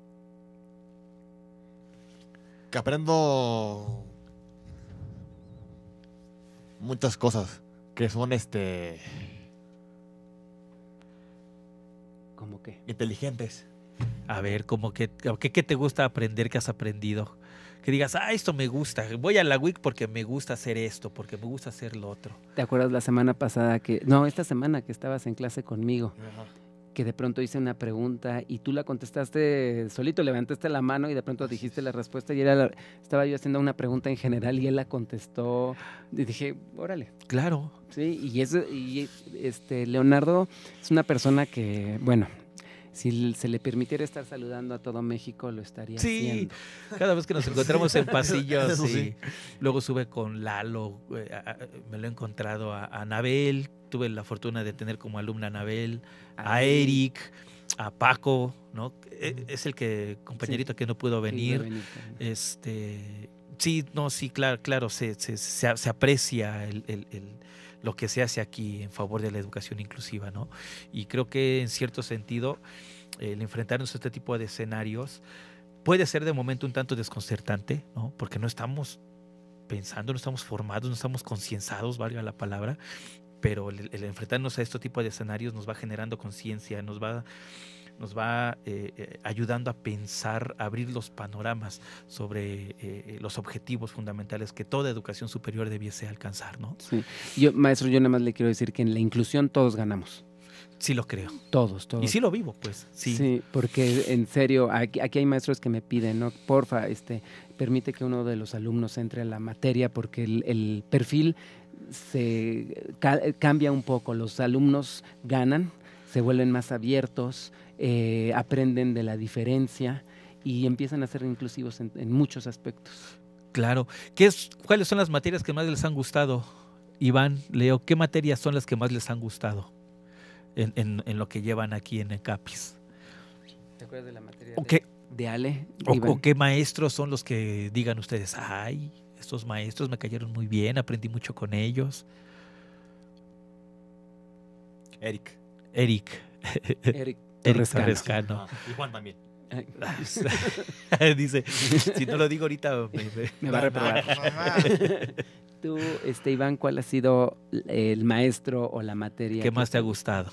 Que aprendo muchas cosas que son este ¿Cómo qué? inteligentes. A ver, como que, ¿qué, qué te gusta aprender que has aprendido? Que digas, ah, esto me gusta. Voy a la W I C porque me gusta hacer esto, porque me gusta hacer lo otro. ¿Te acuerdas la semana pasada que, no, esta semana que estabas en clase conmigo, que de pronto hice una pregunta y tú la contestaste solito, levantaste la mano y de pronto dijiste la respuesta y era la- estaba yo haciendo una pregunta en general y él la contestó y dije, órale, Claro. sí, y, eso, y este, Leonardo es una persona que, bueno, si se le permitiera estar saludando a todo México, lo estaría Sí, haciendo. cada vez que nos encontramos en pasillos, Eso sí. sí. Luego sube con Lalo, eh, a- a- me lo he encontrado a, a Anabel, tuve la fortuna de tener como alumna a Anabel, a Eric, a Paco, ¿no? E- Es el que, compañerito que no pudo Que iba a venir. venir también. Este, sí, no, sí, claro, claro, se, se, se, se aprecia el, el- el- lo que se hace aquí en favor de la educación inclusiva, ¿no? Y creo que en cierto sentido, el enfrentarnos a este tipo de escenarios puede ser de momento un tanto desconcertante, ¿no? Porque no estamos pensando, no estamos formados, no estamos concienciados, valga la palabra, pero el, el enfrentarnos a este tipo de escenarios nos va generando conciencia, nos va nos va eh, eh, ayudando a pensar, a abrir los panoramas sobre eh, los objetivos fundamentales que toda educación superior debiese alcanzar, ¿no? Sí. Yo, maestro, yo nada más le quiero decir que en la inclusión todos ganamos. Sí lo creo. Todos, todos. Y sí lo vivo, pues. Sí. Sí, porque en serio, aquí, aquí hay maestros que me piden, ¿no? Porfa, este, permite que uno de los alumnos entre a la materia porque el, el perfil se ca- cambia un poco. Los alumnos ganan, se vuelven más abiertos, eh, aprenden de la diferencia y empiezan a ser inclusivos en, en muchos aspectos. Claro. ¿Qué es, ¿Cuáles son las materias que más les han gustado? Iván, Leo, ¿qué materias son las que más les han gustado en, en- en lo que llevan aquí en ECAPIS? ¿Te acuerdas de la materia ¿O qué, de Ale? o- Iván? o qué maestros son los que digan ustedes, ay, estos maestros me cayeron muy bien, aprendí mucho con ellos? Eric. Eric. Eric Eric Torrescano. Torrescano. Ah, y Juan también. Dice, si no lo digo ahorita, me- me- Me va a reprobar. Tú, este, Iván, ¿cuál ha sido el maestro o la materia? ¿qué que más te ha gustado?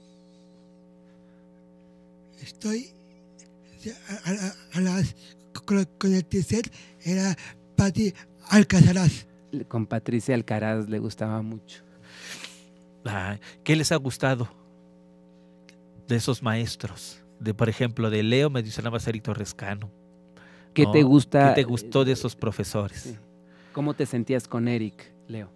Estoy a, a- a las con, con el tercer era Pati Alcazaraz. Con Patricia Alcaraz le gustaba mucho. Ah, ¿qué les ha gustado de esos maestros? De, por ejemplo, de Leo me mencionabas a Eric Torrescano. ¿Qué ¿no? te gusta? ¿Qué te gustó de esos profesores? Sí. ¿Cómo te sentías con Eric, Leo?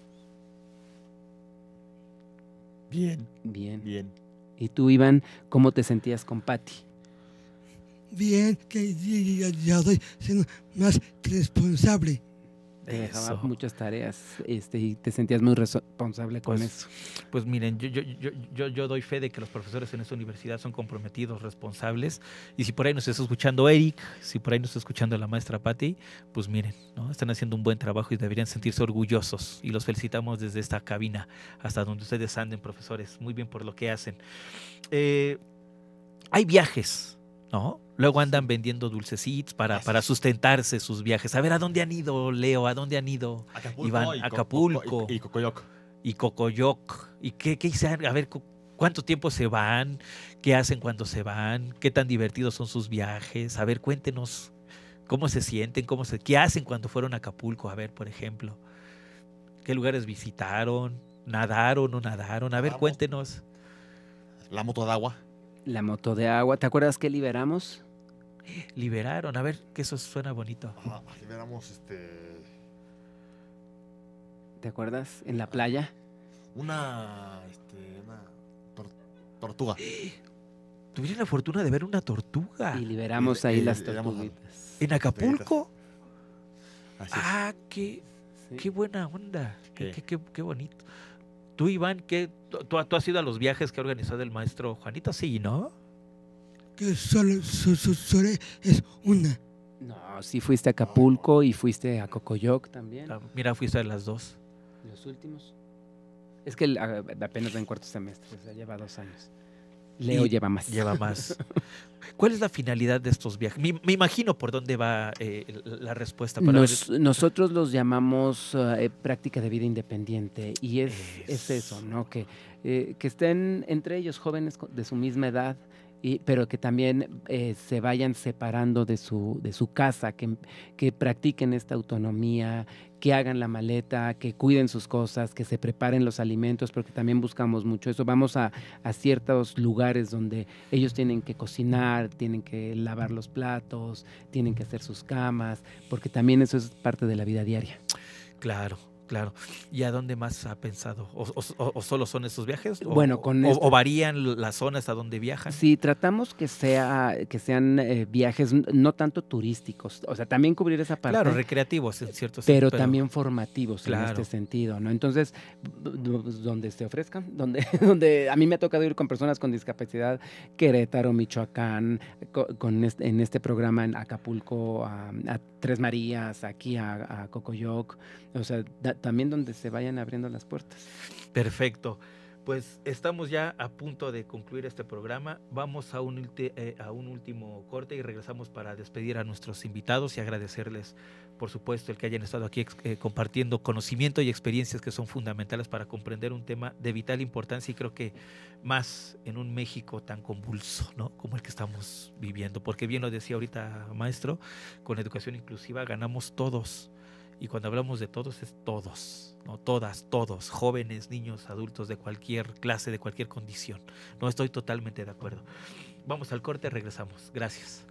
Bien, Bien. bien. ¿Y tú, Iván, cómo te sentías con Patti? Bien, que ya, ya- ya estoy siendo más responsable. te dejaba Eso. muchas tareas este, y te sentías muy responsable con Pues, eso. Pues miren, yo, yo, yo, yo, yo doy fe de que los profesores en esta universidad son comprometidos, responsables. Y si por ahí nos está escuchando Eric, si por ahí nos está escuchando la maestra Patti, pues miren, ¿no? Están haciendo un buen trabajo y deberían sentirse orgullosos. Y los felicitamos desde esta cabina hasta donde ustedes anden, profesores. Muy bien por lo que hacen. Eh, hay viajes, ¿no? Luego andan vendiendo dulcecitos para, para sustentarse sus viajes. A ver, ¿a dónde han ido, Leo? ¿A dónde han ido? Acapulco Iván, y Co- Acapulco. Co- y, y Cocoyoc. Y Cocoyoc? ¿Y qué, qué hicieron? A ver, cu- ¿cuánto tiempo se van? ¿Qué hacen cuando se van? ¿Qué tan divertidos son sus viajes? A ver, cuéntenos cómo se sienten, cómo se, qué hacen cuando fueron a Acapulco. A ver, por ejemplo, ¿qué lugares visitaron? ¿Nadaron o no nadaron? A ver, Nadamos. cuéntenos. La moto de agua. La moto de agua, ¿te acuerdas que liberamos? Liberaron, a ver, que eso suena bonito. Ajá, liberamos este. ¿Te acuerdas? En la playa. Una. Este. Una. tor- tortuga. Tuvieron la fortuna de ver una tortuga Y liberamos Y- ahí y- las y liberamos a- tortuguitas. en Acapulco. Así es. Ah, qué, Sí. qué buena onda, qué, Sí. qué, qué- qué bonito. Tú, Iván, ¿qué, tú, tú has ido a los viajes que ha organizado el maestro Juanito? Sí, ¿no? Que solo, so- so- solo es una. No, sí fuiste a Acapulco y fuiste a Cocoyoc también. Ah, Mira, fuiste a las dos. Los últimos. Es que el- a- apenas va en cuarto semestre, o sea, lleva dos años. Leo Y lleva más. Lleva más. ¿Cuál es la finalidad de estos viajes? Me, me imagino por dónde va eh, la respuesta. Para Nos- nosotros los llamamos eh, práctica de vida independiente y es, es Eso. eso, ¿no? Que, eh, que estén entre ellos jóvenes co- de su misma edad, y, pero que también eh, se vayan separando de su, de su casa, que, que practiquen esta autonomía, que hagan la maleta, que cuiden sus cosas, que se preparen los alimentos, porque también buscamos mucho eso. Vamos a, a ciertos lugares donde ellos tienen que cocinar, tienen que lavar los platos, tienen que hacer sus camas, porque también eso es parte de la vida diaria. Claro, claro. ¿Y a dónde más ha pensado? ¿O, o- o solo son estos viajes? ¿O, Bueno, con o, este- o varían las zonas a donde viajan? Sí, tratamos que sea que sean eh, viajes n- no tanto turísticos, o sea, también cubrir esa parte. Claro, recreativos en cierto pero sentido. también formativos en Claro. este sentido, ¿no? Entonces, b- b- donde se ofrezcan, donde, donde a mí me ha tocado ir con personas con discapacidad, Querétaro, Michoacán, co- con este- en este programa en Acapulco, a, a Tres Marías, aquí a, a Cocoyoc, o sea, da- también donde se vayan abriendo las puertas. Perfecto. Pues estamos ya a punto de concluir este programa. Vamos a un, ulti- eh, a un último corte y regresamos para despedir a nuestros invitados y agradecerles, por supuesto, el que hayan estado aquí ex- eh, compartiendo conocimiento y experiencias que son fundamentales para comprender un tema de vital importancia y creo que más en un México tan convulso, ¿no? Como el que estamos viviendo. Porque bien lo decía ahorita, maestro, con educación inclusiva ganamos todos. Y cuando hablamos de todos es todos, ¿no? Todas, todos, jóvenes, niños, adultos de cualquier clase, de cualquier condición. No estoy totalmente de acuerdo. Vamos al corte, regresamos. Gracias.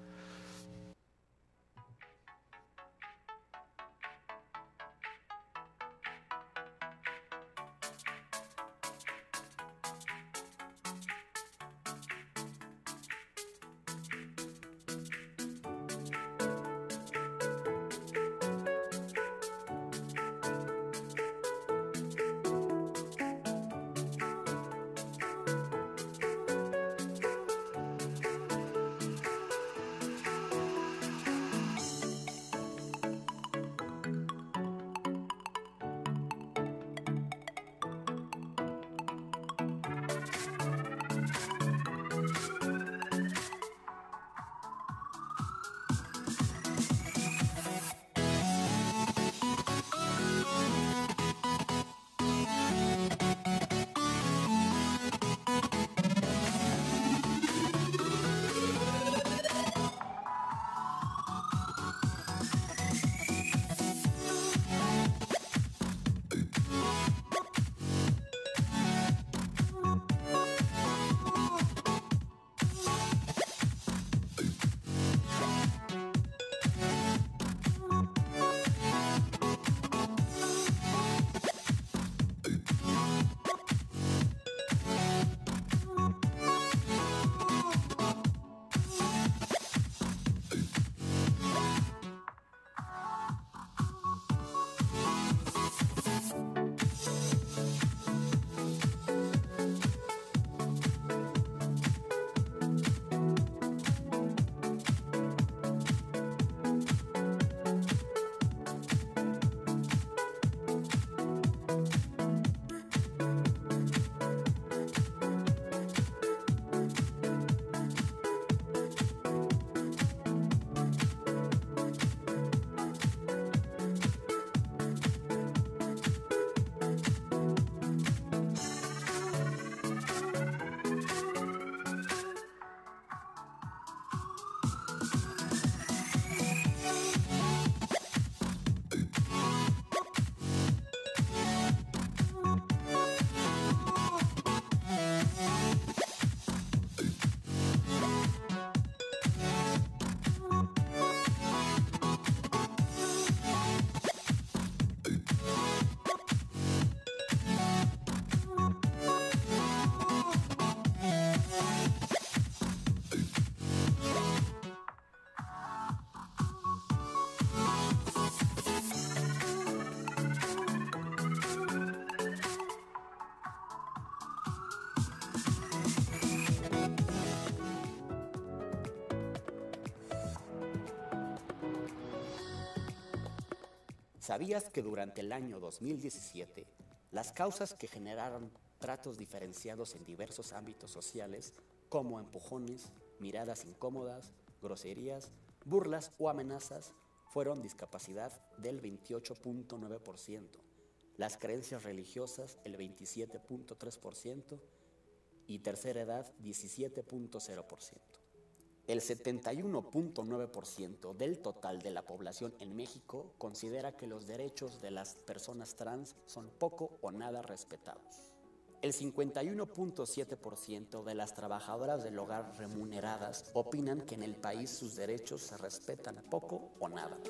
¿Sabías que durante el año dos mil diecisiete, las causas que generaron tratos diferenciados en diversos ámbitos sociales, como empujones, miradas incómodas, groserías, burlas o amenazas, fueron discapacidad del veintiocho punto nueve por ciento, las creencias religiosas el veintisiete punto tres por ciento y tercera edad diecisiete punto cero por ciento. El setenta y uno punto nueve por ciento del total de la población en México considera que los derechos de las personas trans son poco o nada respetados. El cincuenta y uno punto siete por ciento de las trabajadoras del hogar remuneradas opinan que en el país sus derechos se respetan poco o nada.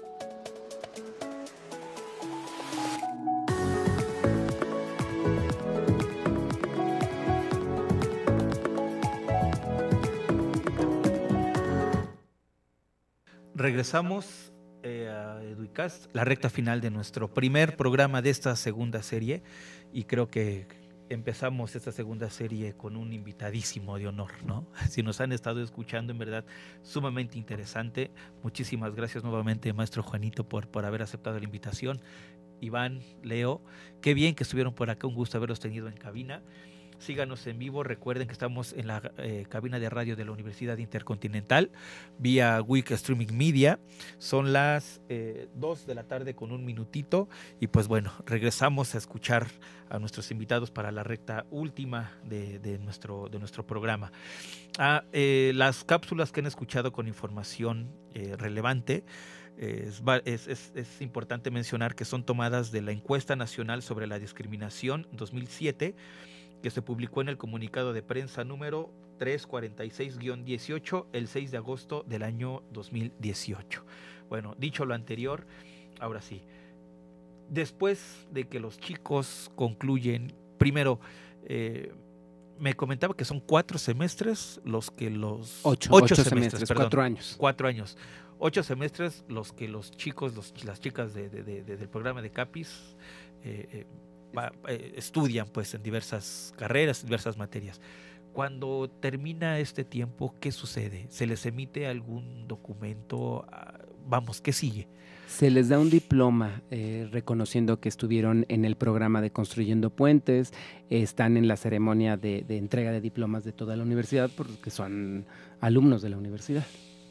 Regresamos eh, a Educast, la recta final de nuestro primer programa de esta segunda serie, y creo que empezamos esta segunda serie con un invitadísimo de honor, ¿no? Si nos han estado escuchando, en verdad, sumamente interesante. Muchísimas gracias nuevamente, maestro Juanito, por, por haber aceptado la invitación. Iván, Leo, qué bien que estuvieron por acá, un gusto haberlos tenido en cabina. Síganos en vivo, recuerden que estamos en la eh, cabina de radio de la Universidad Intercontinental, vía Week Streaming Media. Son las eh, dos de la tarde con un minutito, y pues bueno, regresamos a escuchar a nuestros invitados para la recta última de, de, nuestro, de nuestro programa. Ah, eh, las cápsulas que han escuchado con información eh, relevante, Es, es, es importante mencionar que son tomadas de la Encuesta Nacional sobre la Discriminación dos mil siete, que se publicó en el comunicado de prensa número trescientos cuarenta y seis guión dieciocho el seis de agosto del año dos mil dieciocho. Bueno, dicho lo anterior, ahora sí, después de que los chicos concluyen, primero, eh, me comentaba que son cuatro semestres los que los... Ocho, ocho, ocho semestres, semestres, perdón, cuatro años. Cuatro años. Ocho semestres los que los chicos, los, las chicas de, de, de, de, del programa de CAPIS eh, eh, va, eh, estudian pues en diversas carreras, diversas materias. Cuando termina este tiempo, ¿qué sucede? ¿Se les emite algún documento? Vamos, ¿qué sigue? Se les da un diploma eh, reconociendo que estuvieron en el programa de Construyendo Puentes, eh, están en la ceremonia de, de entrega de diplomas de toda la universidad porque son alumnos de la universidad.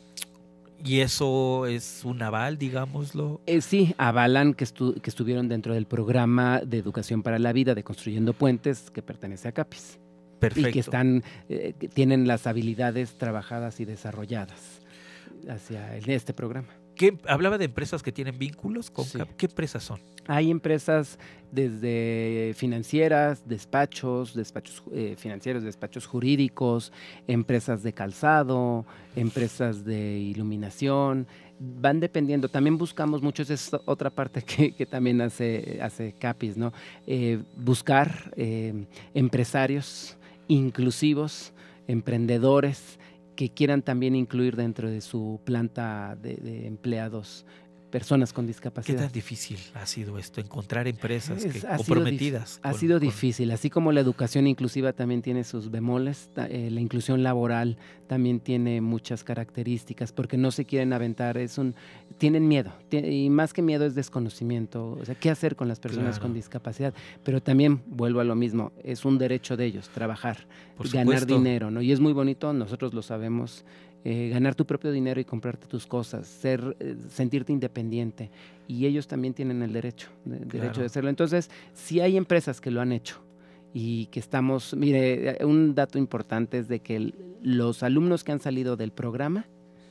¿Y eso es un aval, digámoslo? Eh, sí, avalan que, estu que estuvieron dentro del programa de Educación para la Vida de Construyendo Puentes, que pertenece a CAPIS. Perfecto. Y que están, eh, que tienen las habilidades trabajadas y desarrolladas hacia el, este programa. ¿Qué, hablaba de empresas que tienen vínculos con Sí. CAP? ¿Qué empresas son? Hay empresas desde financieras, despachos, despachos eh, financieros, despachos jurídicos, empresas de calzado, empresas de iluminación, van dependiendo. También buscamos mucho, esa es otra parte que, que también hace, hace CAPIS, ¿no? Eh, buscar eh, empresarios inclusivos, emprendedores que quieran también incluir dentro de su planta de, de empleados personas con discapacidad. ¿Qué tan difícil ha sido esto? Encontrar empresas Es, que, ha comprometidas. Sido, ha con, sido con... difícil, así como la educación inclusiva también tiene sus bemoles, eh, la inclusión laboral también tiene muchas características, porque no se quieren aventar, es un, tienen miedo, y más que miedo es desconocimiento, o sea, qué hacer con las personas Claro. con discapacidad, pero también, vuelvo a lo mismo, es un derecho de ellos, trabajar, Por ganar supuesto. dinero, ¿no? Y es muy bonito, nosotros lo sabemos, Eh, ganar tu propio dinero y comprarte tus cosas, ser, eh, sentirte independiente, y ellos también tienen el derecho, de, Claro. derecho de hacerlo. Entonces, si hay empresas que lo han hecho y que estamos, mire, un dato importante es de que el, los alumnos que han salido del programa,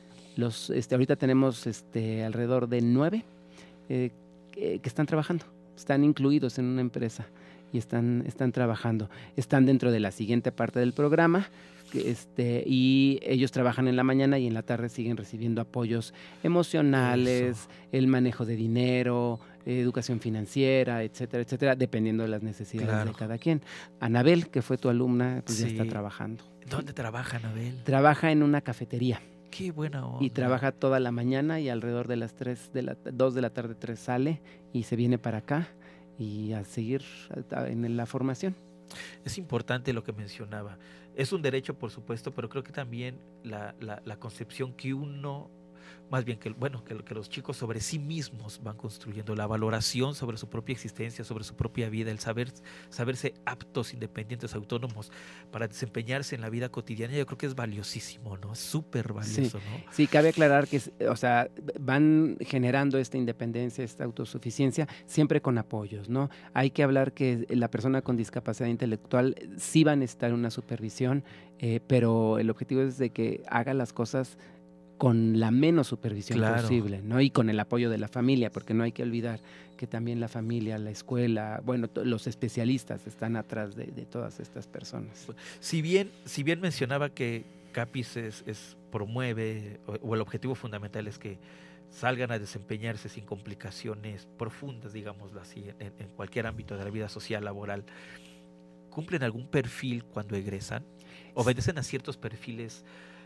los, este, ahorita tenemos este, alrededor de nueve eh, que, que están trabajando, están incluidos en una empresa y están, están trabajando, están dentro de la siguiente parte del programa. Este, y ellos trabajan en la mañana y en la tarde siguen recibiendo apoyos emocionales, Eso. el manejo de dinero, eh, educación financiera, etcétera, etcétera, dependiendo de las necesidades Claro. de cada quien. Anabel, que fue tu alumna, pues ya Sí. está trabajando. ¿Dónde trabaja Anabel? Trabaja en una cafetería Qué buena onda. y trabaja toda la mañana y alrededor de las tres de la dos de la tarde tres sale y se viene para acá y a seguir en la formación. Es importante lo que mencionaba. Es un derecho, por supuesto, pero creo que también la, la, la concepción que uno más bien que, bueno, que, que los chicos sobre sí mismos van construyendo la valoración sobre su propia existencia, sobre su propia vida, el saber, saberse aptos, independientes, autónomos para desempeñarse en la vida cotidiana, yo creo que es valiosísimo, ¿no? Es súper valioso, sí, ¿no? Sí, cabe aclarar que, o sea, van generando esta independencia, esta autosuficiencia, siempre con apoyos, ¿no? Hay que hablar que la persona con discapacidad intelectual sí va a necesitar una supervisión, eh, pero el objetivo es de que haga las cosas con la menos supervisión Claro. posible, ¿no? Y con el apoyo de la familia, porque no hay que olvidar que también la familia, la escuela, bueno, los especialistas están atrás de, de todas estas personas. Si bien, si bien mencionaba que CAPIS es, es promueve, o, o el objetivo fundamental es que salgan a desempeñarse sin complicaciones profundas, digámoslo así, en, en cualquier ámbito de la vida social, laboral, ¿cumplen algún perfil cuando egresan? ¿Obedecen a ciertos perfiles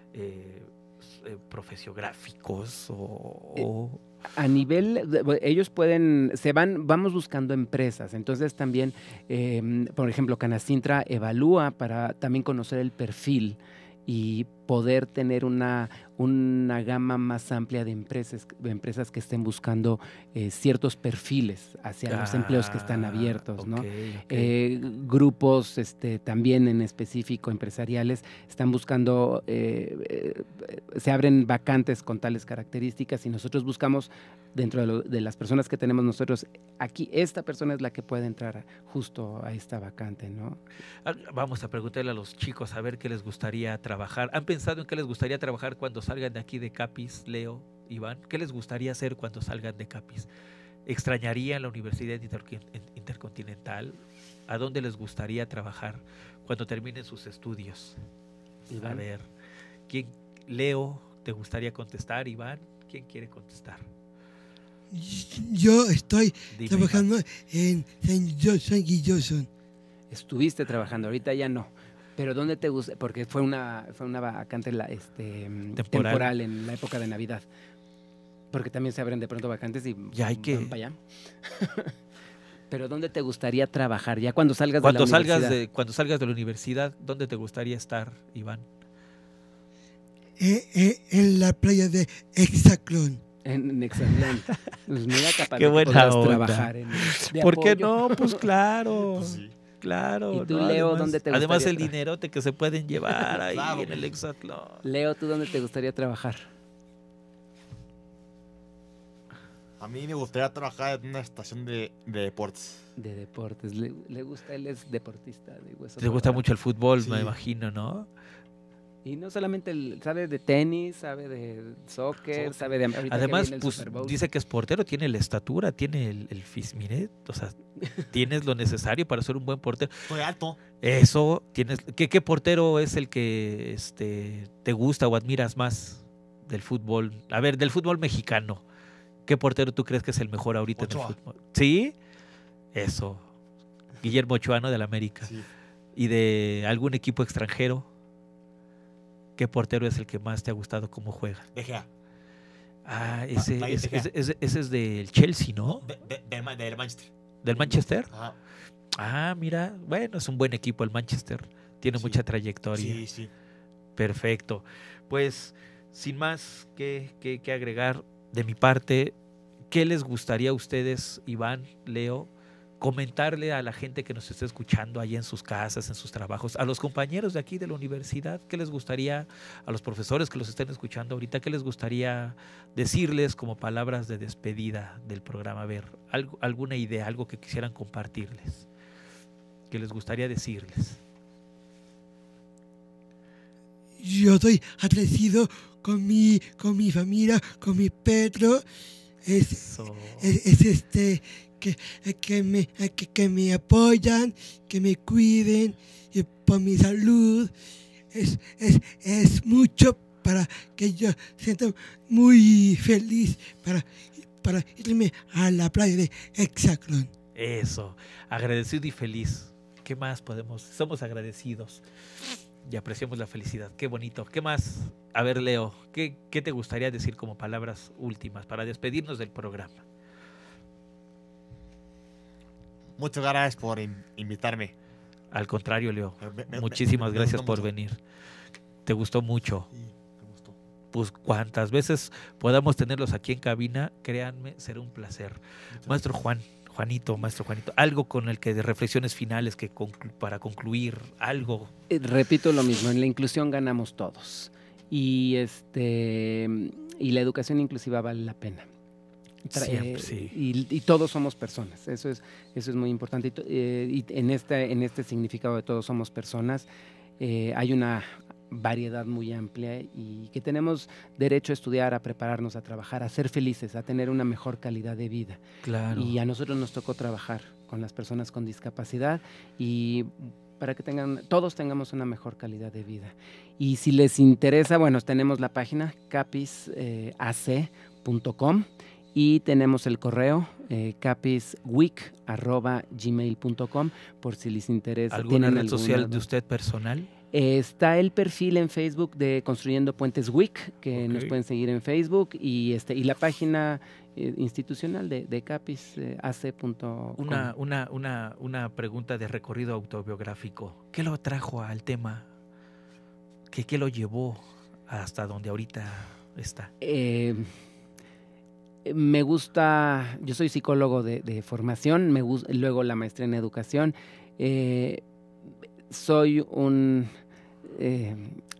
eh, eh, profesiográficos o, o... A nivel, de, ellos pueden, se van, vamos buscando empresas, entonces también, eh, por ejemplo, Canacintra evalúa para también conocer el perfil y poder tener una, una gama más amplia de empresas, de empresas que estén buscando eh, ciertos perfiles hacia ah, los empleos que están abiertos, ¿no? Okay, okay. Eh, grupos este, también en específico empresariales están buscando, eh, eh, se abren vacantes con tales características y nosotros buscamos dentro de, lo, de las personas que tenemos nosotros, aquí esta persona es la que puede entrar justo a esta vacante, ¿no? Vamos a preguntarle a los chicos a ver qué les gustaría trabajar. ¿Han pensado en qué les gustaría trabajar cuando salgan de aquí de CAPIS, Leo, Iván? ¿Qué les gustaría hacer cuando salgan de CAPIS? ¿Extrañarían la Universidad Intercontinental? ¿A dónde les gustaría trabajar cuando terminen sus estudios? Iván. A ver, ¿quién, Leo, te gustaría contestar? Iván, ¿quién quiere contestar? Yo estoy Dime, trabajando Iván. en Saint Johnson y Johnson. Estuviste trabajando, ahorita ya no. Pero ¿dónde te gusta? Porque fue una, fue una vacante la, este, temporal. temporal en la época de Navidad. Porque también se abren de pronto vacantes y ya hay que... van para allá. Pero ¿dónde te gustaría trabajar? Ya cuando salgas cuando de la salgas universidad. De, cuando salgas de la universidad, ¿dónde te gustaría estar, Iván? Eh, eh, en la playa de Hexaclón. En, en Hexaclón. Pues mira, capaz Qué de buena que onda. trabajar en ¿Por qué no? Pues claro. Pues sí. Claro. ¿Y tú, ¿no? Leo, además, dónde te Además el tra- dinerote que se pueden llevar ahí Claro. en el Hexaclón. Leo, ¿tú dónde te gustaría trabajar? A mí me gustaría trabajar en una estación de, de deportes. De deportes. Le, le gusta, él es deportista de hueso. Te gusta colorado. mucho el fútbol, Sí. me imagino, ¿no? Y no solamente el, sabe de tenis, sabe de soccer, Soccer. sabe de... ahorita que Además, viene el pues Super Bowl. dice que es portero, tiene la estatura, tiene el, el fis, mire, o sea, tienes lo necesario para ser un buen portero. Estoy alto. Eso, tienes. ¿Qué, qué portero es el que este, te gusta o admiras más del fútbol? A ver, del fútbol mexicano. ¿Qué portero tú crees que es el mejor ahorita Ochoa. en el fútbol? ¿Sí? Eso. Guillermo Ochoa, ¿no? Del América. Sí. ¿Y de algún equipo extranjero? ¿Qué portero es el que más te ha gustado cómo juega? De Gea. Ah, ese, David ese, De Gea. ese, ese- ese es del Chelsea, ¿no? De, de, de, de- del Manchester. ¿Del Manchester? Ajá. Ah, mira, bueno, es un buen equipo el Manchester. Tiene Sí. mucha trayectoria. Sí, sí. Perfecto. Pues, sin más que, que- que agregar de mi parte, ¿qué les gustaría a ustedes, Iván, Leo, comentarle a la gente que nos está escuchando allá en sus casas, en sus trabajos, a los compañeros de aquí de la universidad? ¿Qué les gustaría, a los profesores que los estén escuchando ahorita, qué les gustaría decirles como palabras de despedida del programa? A ver, algo, alguna idea, algo que quisieran compartirles, que les gustaría decirles. Yo estoy agradecido con mi, con mi familia, con mi Pedro. Es, Eso. es, es este que, que, me, que, que me apoyan, que me cuiden y por mi salud. Es, es, es mucho para que yo sienta muy feliz para, para irme a la playa de Hexaclón. Eso, agradecido y feliz. ¿Qué más podemos? Somos agradecidos y apreciamos la felicidad. Qué bonito. ¿Qué más? A ver, Leo, ¿qué, qué te gustaría decir como palabras últimas para despedirnos del programa? Muchas gracias por in- invitarme. Al contrario, Leo, Me- me- me- muchísimas me gracias gustó por mucho. venir. ¿Te gustó mucho? Sí, me gustó. pues cuantas veces podamos tenerlos aquí en cabina, créanme, será un placer. Muchas Maestro Juan, Juanito, maestro Juanito, algo con el que de reflexiones finales que conclu- para concluir, algo. Eh, repito lo mismo, en la inclusión ganamos todos. Y este y la educación inclusiva vale la pena. Tra- Siempre, eh, sí. y, y todos somos personas, eso es, eso es muy importante. Y, to- eh, y en, este, en este significado de todos somos personas, eh, hay una variedad muy amplia y que tenemos derecho a estudiar, a prepararnos, a trabajar, a ser felices, a tener una mejor calidad de vida. Claro. Y a nosotros nos tocó trabajar con las personas con discapacidad y para que tengan, todos tengamos una mejor calidad de vida. Y si les interesa, bueno, tenemos la página capis a c punto com y tenemos el correo eh, capisweek arroba gmail punto com por si les interesa. ¿Alguna ¿Tienen red social alguna- de usted personal? Eh, está el perfil en Facebook de Construyendo Puentes Week, que Ok. nos pueden seguir en Facebook, y este y la página eh, institucional de, de capis a c punto com. Una, una, una, una pregunta de recorrido autobiográfico. ¿Qué lo atrajo al tema? ¿Qué, qué lo llevó hasta donde ahorita está? Eh, me gusta, yo soy psicólogo de, de formación, me gus- luego la maestría en educación. Eh, soy un eh,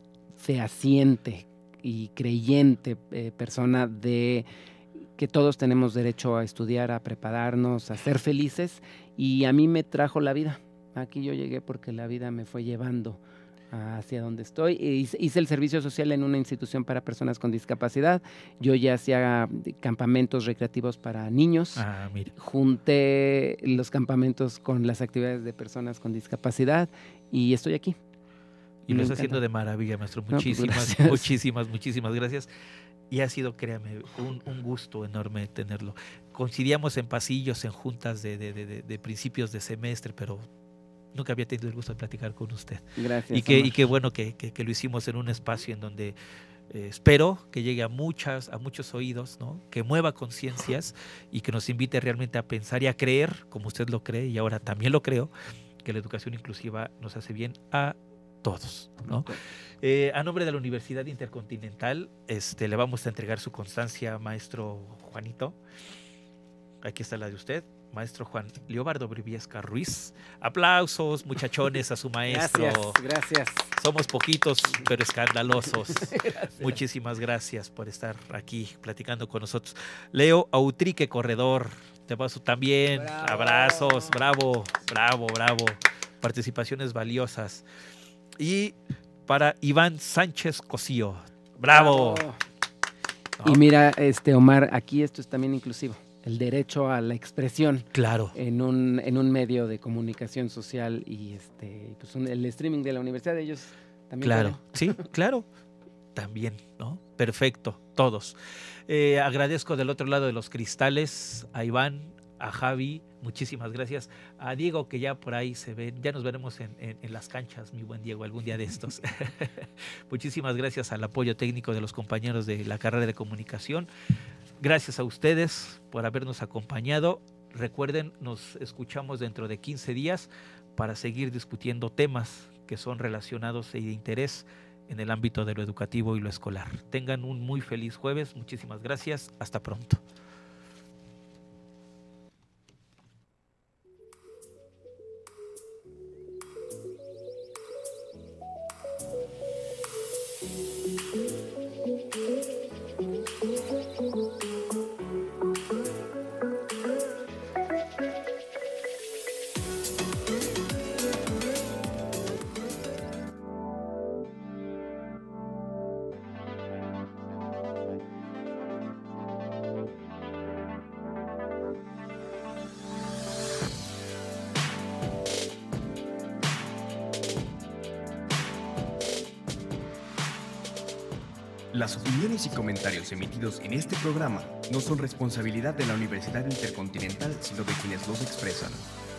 fehaciente y creyente eh, persona de que todos tenemos derecho a estudiar, a prepararnos, a ser felices, y a mí me trajo la vida. Aquí yo llegué porque la vida me fue llevando hacia donde estoy. Hice, hice el servicio social en una institución para personas con discapacidad. Yo ya hacía campamentos recreativos para niños. Ah, mire. Junté los campamentos con las actividades de personas con discapacidad y estoy aquí. Y lo Me está encanta. haciendo de maravilla, maestro. pues, Muchísimas, gracias. muchísimas, muchísimas gracias. Y ha sido, créame, un, un gusto enorme tenerlo. Coincidíamos en pasillos, en juntas de, de, de, de- de principios de semestre, pero nunca había tenido el gusto de platicar con usted. Gracias. Y, que, Omar. y qué bueno que, que- que lo hicimos en un espacio en donde eh, espero que llegue a muchas, a muchos oídos, ¿no? Que mueva conciencias y que nos invite realmente a pensar y a creer, como usted lo cree, y ahora también lo creo, que la educación inclusiva nos hace bien a todos, ¿no? Ok. Eh, a nombre de la Universidad Intercontinental, este, le vamos a entregar su constancia, maestro Juanito. Aquí está la de usted, maestro Juan Leobardo Briviesca Ruiz. Aplausos, muchachones, a su maestro. Gracias, gracias. Somos poquitos, pero escandalosos. Muchísimas gracias por estar aquí platicando con nosotros. Leo Autrique Corredor, te paso también. Bravo. Abrazos, bravo, bravo, bravo. Participaciones valiosas. Y para Iván Sánchez Cosío, bravo. Bravo. ¿No? Y mira, este Omar, aquí esto es también inclusivo. El derecho a la expresión Claro, en un, en un medio de comunicación social y este pues un- el streaming de la universidad de ellos también. claro, vale. sí, claro. También, ¿no? Perfecto, todos. Eh, agradezco del otro lado de los cristales a Iván, a Javi, muchísimas gracias. A Diego, que ya por ahí se ven, ya nos veremos en, en- en las canchas, mi buen Diego, algún día de estos. Muchísimas gracias al apoyo técnico de los compañeros de la carrera de comunicación. Gracias a ustedes por habernos acompañado. Recuerden, nos escuchamos dentro de quince días para seguir discutiendo temas que son relacionados y de interés en el ámbito de lo educativo y lo escolar. Tengan un muy feliz jueves. Muchísimas gracias. Hasta pronto. Las opiniones y comentarios emitidos en este programa no son responsabilidad de la Universidad Intercontinental, sino de quienes los expresan.